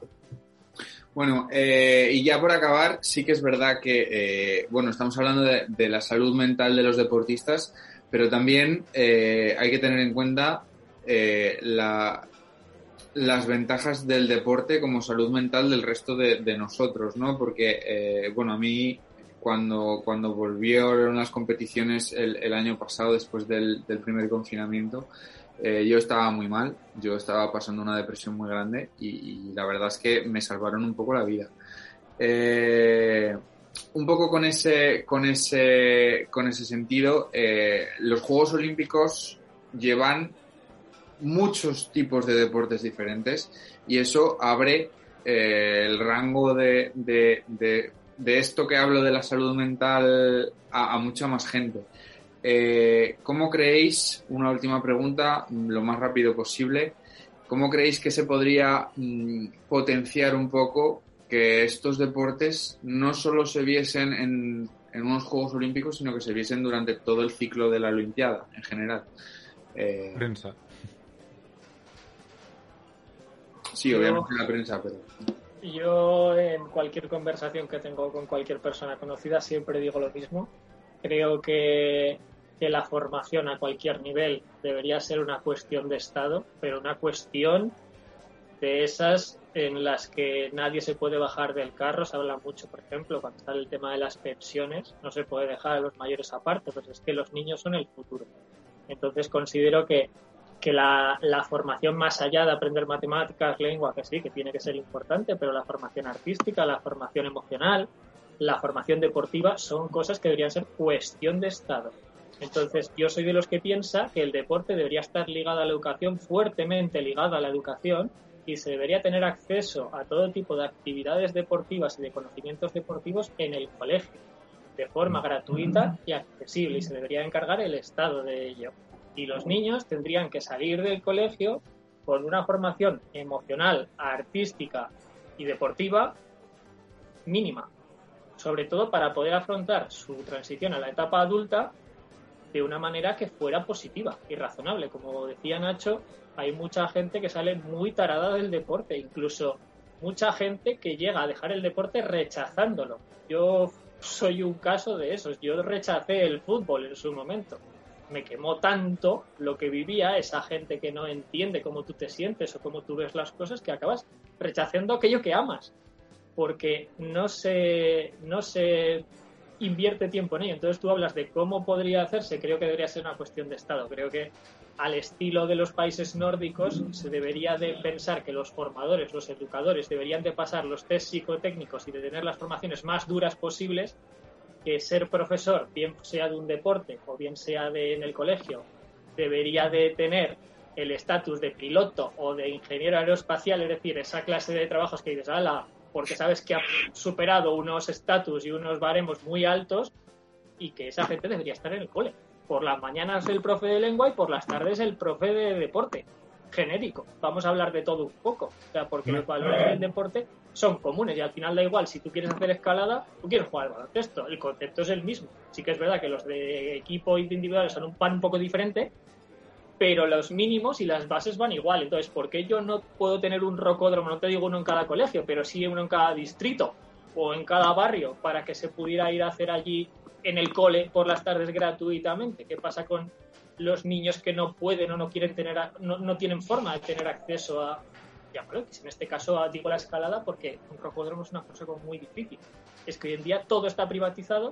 Bueno, eh, y ya por acabar, sí que es verdad que, eh, bueno, estamos hablando de, de la salud mental de los deportistas, pero también eh, hay que tener en cuenta eh, la, las ventajas del deporte como salud mental del resto de, de nosotros, ¿no? Porque, eh, bueno, a mí cuando, cuando volvieron las competiciones el, el año pasado, después del, del primer confinamiento, Eh, yo estaba muy mal, yo estaba pasando una depresión muy grande y, y la verdad es que me salvaron un poco la vida. Eh, un poco con ese, con ese, con ese sentido, eh, los Juegos Olímpicos llevan muchos tipos de deportes diferentes y eso abre eh, el rango de, de, de, de esto que hablo de la salud mental a, a mucha más gente. Eh, ¿Cómo creéis, una última pregunta, lo más rápido posible, cómo creéis que se podría mm, potenciar un poco que estos deportes no solo se viesen en, en unos Juegos Olímpicos, sino que se viesen durante todo el ciclo de la Olimpiada en general? Eh, Prensa. Sí, Yo- obviamente la prensa, pero... Yo en cualquier conversación que tengo con cualquier persona conocida siempre digo lo mismo. Creo que, que la formación a cualquier nivel debería ser una cuestión de Estado, pero una cuestión de esas en las que nadie se puede bajar del carro. Se habla mucho, por ejemplo, cuando está el tema de las pensiones, no se puede dejar a los mayores aparte, pues es que los niños son el futuro. Entonces considero que que la, la formación más allá de aprender matemáticas, lengua, que sí, que tiene que ser importante, pero la formación artística, la formación emocional, la formación deportiva son cosas que deberían ser cuestión de Estado. Entonces, yo soy de los que piensa que el deporte debería estar ligado a la educación, fuertemente ligado a la educación, y se debería tener acceso a todo tipo de actividades deportivas y de conocimientos deportivos en el colegio, de forma gratuita y accesible, y se debería encargar el Estado de ello. Y los niños tendrían que salir del colegio con una formación emocional, artística y deportiva mínima, sobre todo para poder afrontar su transición a la etapa adulta de una manera que fuera positiva y razonable. Como decía Nacho, hay mucha gente que sale muy tarada del deporte, incluso mucha gente que llega a dejar el deporte rechazándolo. Yo soy un caso de esos, yo rechacé el fútbol en su momento. Me quemó tanto lo que vivía, esa gente que no entiende cómo tú te sientes o cómo tú ves las cosas, que acabas rechazando aquello que amas, porque no se, no se invierte tiempo en ello. Entonces tú hablas de cómo podría hacerse, creo que debería ser una cuestión de Estado. Creo que al estilo de los países nórdicos se debería de pensar que los formadores, los educadores deberían de pasar los test psicotécnicos y de tener las formaciones más duras posibles, que ser profesor, bien sea de un deporte o bien sea de en el colegio, debería de tener el estatus de piloto o de ingeniero aeroespacial, es decir, esa clase de trabajos que dices, ala, porque sabes que ha superado unos estatus y unos baremos muy altos, y que esa gente debería estar en el cole. Por las mañanas el profe de lengua y por las tardes el profe de deporte. Genérico. Vamos a hablar de todo un poco. O sea, porque los valores del deporte son comunes y al final da igual. Si tú quieres hacer escalada, tú quieres jugar al baloncesto. El concepto es el mismo. Sí que es verdad que los de equipo y de individuales son un pan un poco diferente, pero los mínimos y las bases van igual. Entonces, ¿por qué yo no puedo tener un rocódromo? No te digo uno en cada colegio, pero sí uno en cada distrito o en cada barrio, para que se pudiera ir a hacer allí en el cole por las tardes gratuitamente. ¿Qué pasa con los niños que no pueden o no quieren tener, no, no tienen forma de tener acceso a, ya, bueno, en este caso digo la escalada porque un rocódromo es una cosa como muy difícil? Es que hoy en día todo está privatizado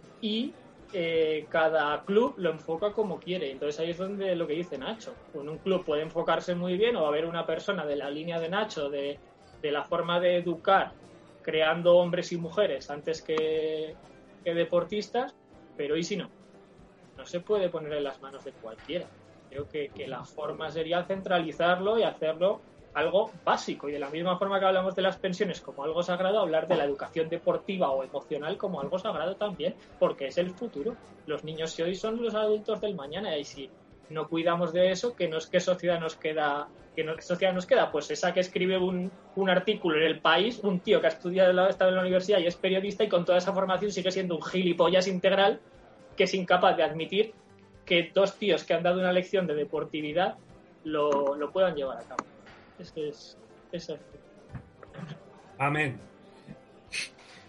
y eh, cada club lo enfoca como quiere. Entonces ahí es donde lo que dice Nacho, en un club puede enfocarse muy bien o haber una persona de la línea de Nacho, de, de la forma de educar, creando hombres y mujeres antes que, que deportistas, pero ¿y si no? No se puede poner en las manos de cualquiera. Creo que, que la forma sería centralizarlo y hacerlo algo básico. Y de la misma forma que hablamos de las pensiones como algo sagrado, hablar de la educación deportiva o emocional como algo sagrado también, porque es el futuro. Los niños de hoy son los adultos del mañana, y si no cuidamos de eso, ¿qué, nos, qué sociedad nos queda? ¿Qué, no, qué sociedad nos queda? Pues esa que escribe un, un artículo en El País, un tío que ha estudiado, ha estado en la universidad y es periodista, y con toda esa formación sigue siendo un gilipollas integral, que es incapaz de admitir que dos tíos que han dado una lección de deportividad lo, lo puedan llevar a cabo. Ese es, ese es. Amén.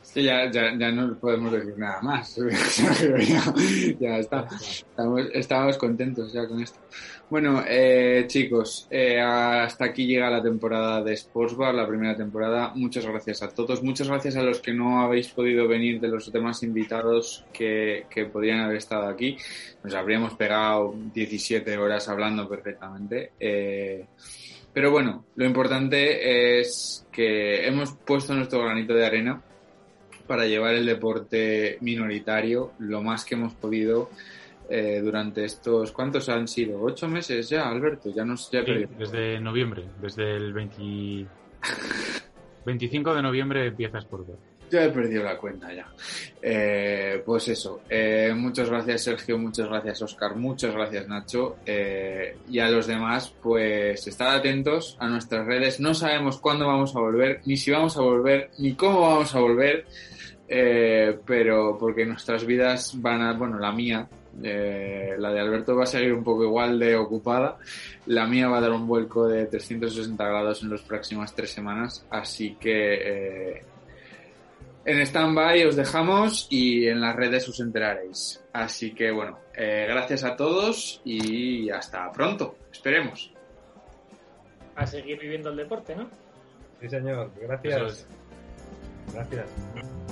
Sí, ya, ya, ya no podemos decir nada más. ya, ya está. Estamos, estamos contentos ya con esto. Bueno, eh, chicos, eh, hasta aquí llega la temporada de Sportsbar, la primera temporada. Muchas gracias a todos. Muchas gracias a los que no habéis podido venir, de los demás invitados que, que podrían haber estado aquí. Nos habríamos pegado diecisiete horas hablando perfectamente. Eh, pero bueno, lo importante es que hemos puesto nuestro granito de arena para llevar el deporte minoritario lo más que hemos podido eh, durante estos... ¿Cuántos han sido? ¿Ocho meses ya, Alberto? Ya nos ya sí, desde noviembre, desde el veinte... veinticinco de noviembre empiezas por ver. Ya he perdido la cuenta ya. Eh, pues eso, eh, muchas gracias Sergio, muchas gracias Óscar, muchas gracias Nacho, eh, y a los demás, pues estad atentos a nuestras redes. No sabemos cuándo vamos a volver, ni si vamos a volver, ni cómo vamos a volver, eh, pero porque nuestras vidas van a, bueno, la mía, eh, la de Alberto va a seguir un poco igual de ocupada, la mía va a dar un vuelco de trescientos sesenta grados en las próximas tres semanas, así que... Eh, en stand-by os dejamos y en las redes os enteraréis. Así que bueno, eh, gracias a todos y hasta pronto. Esperemos. A seguir viviendo el deporte, ¿no? Sí, señor. Gracias. Gracias.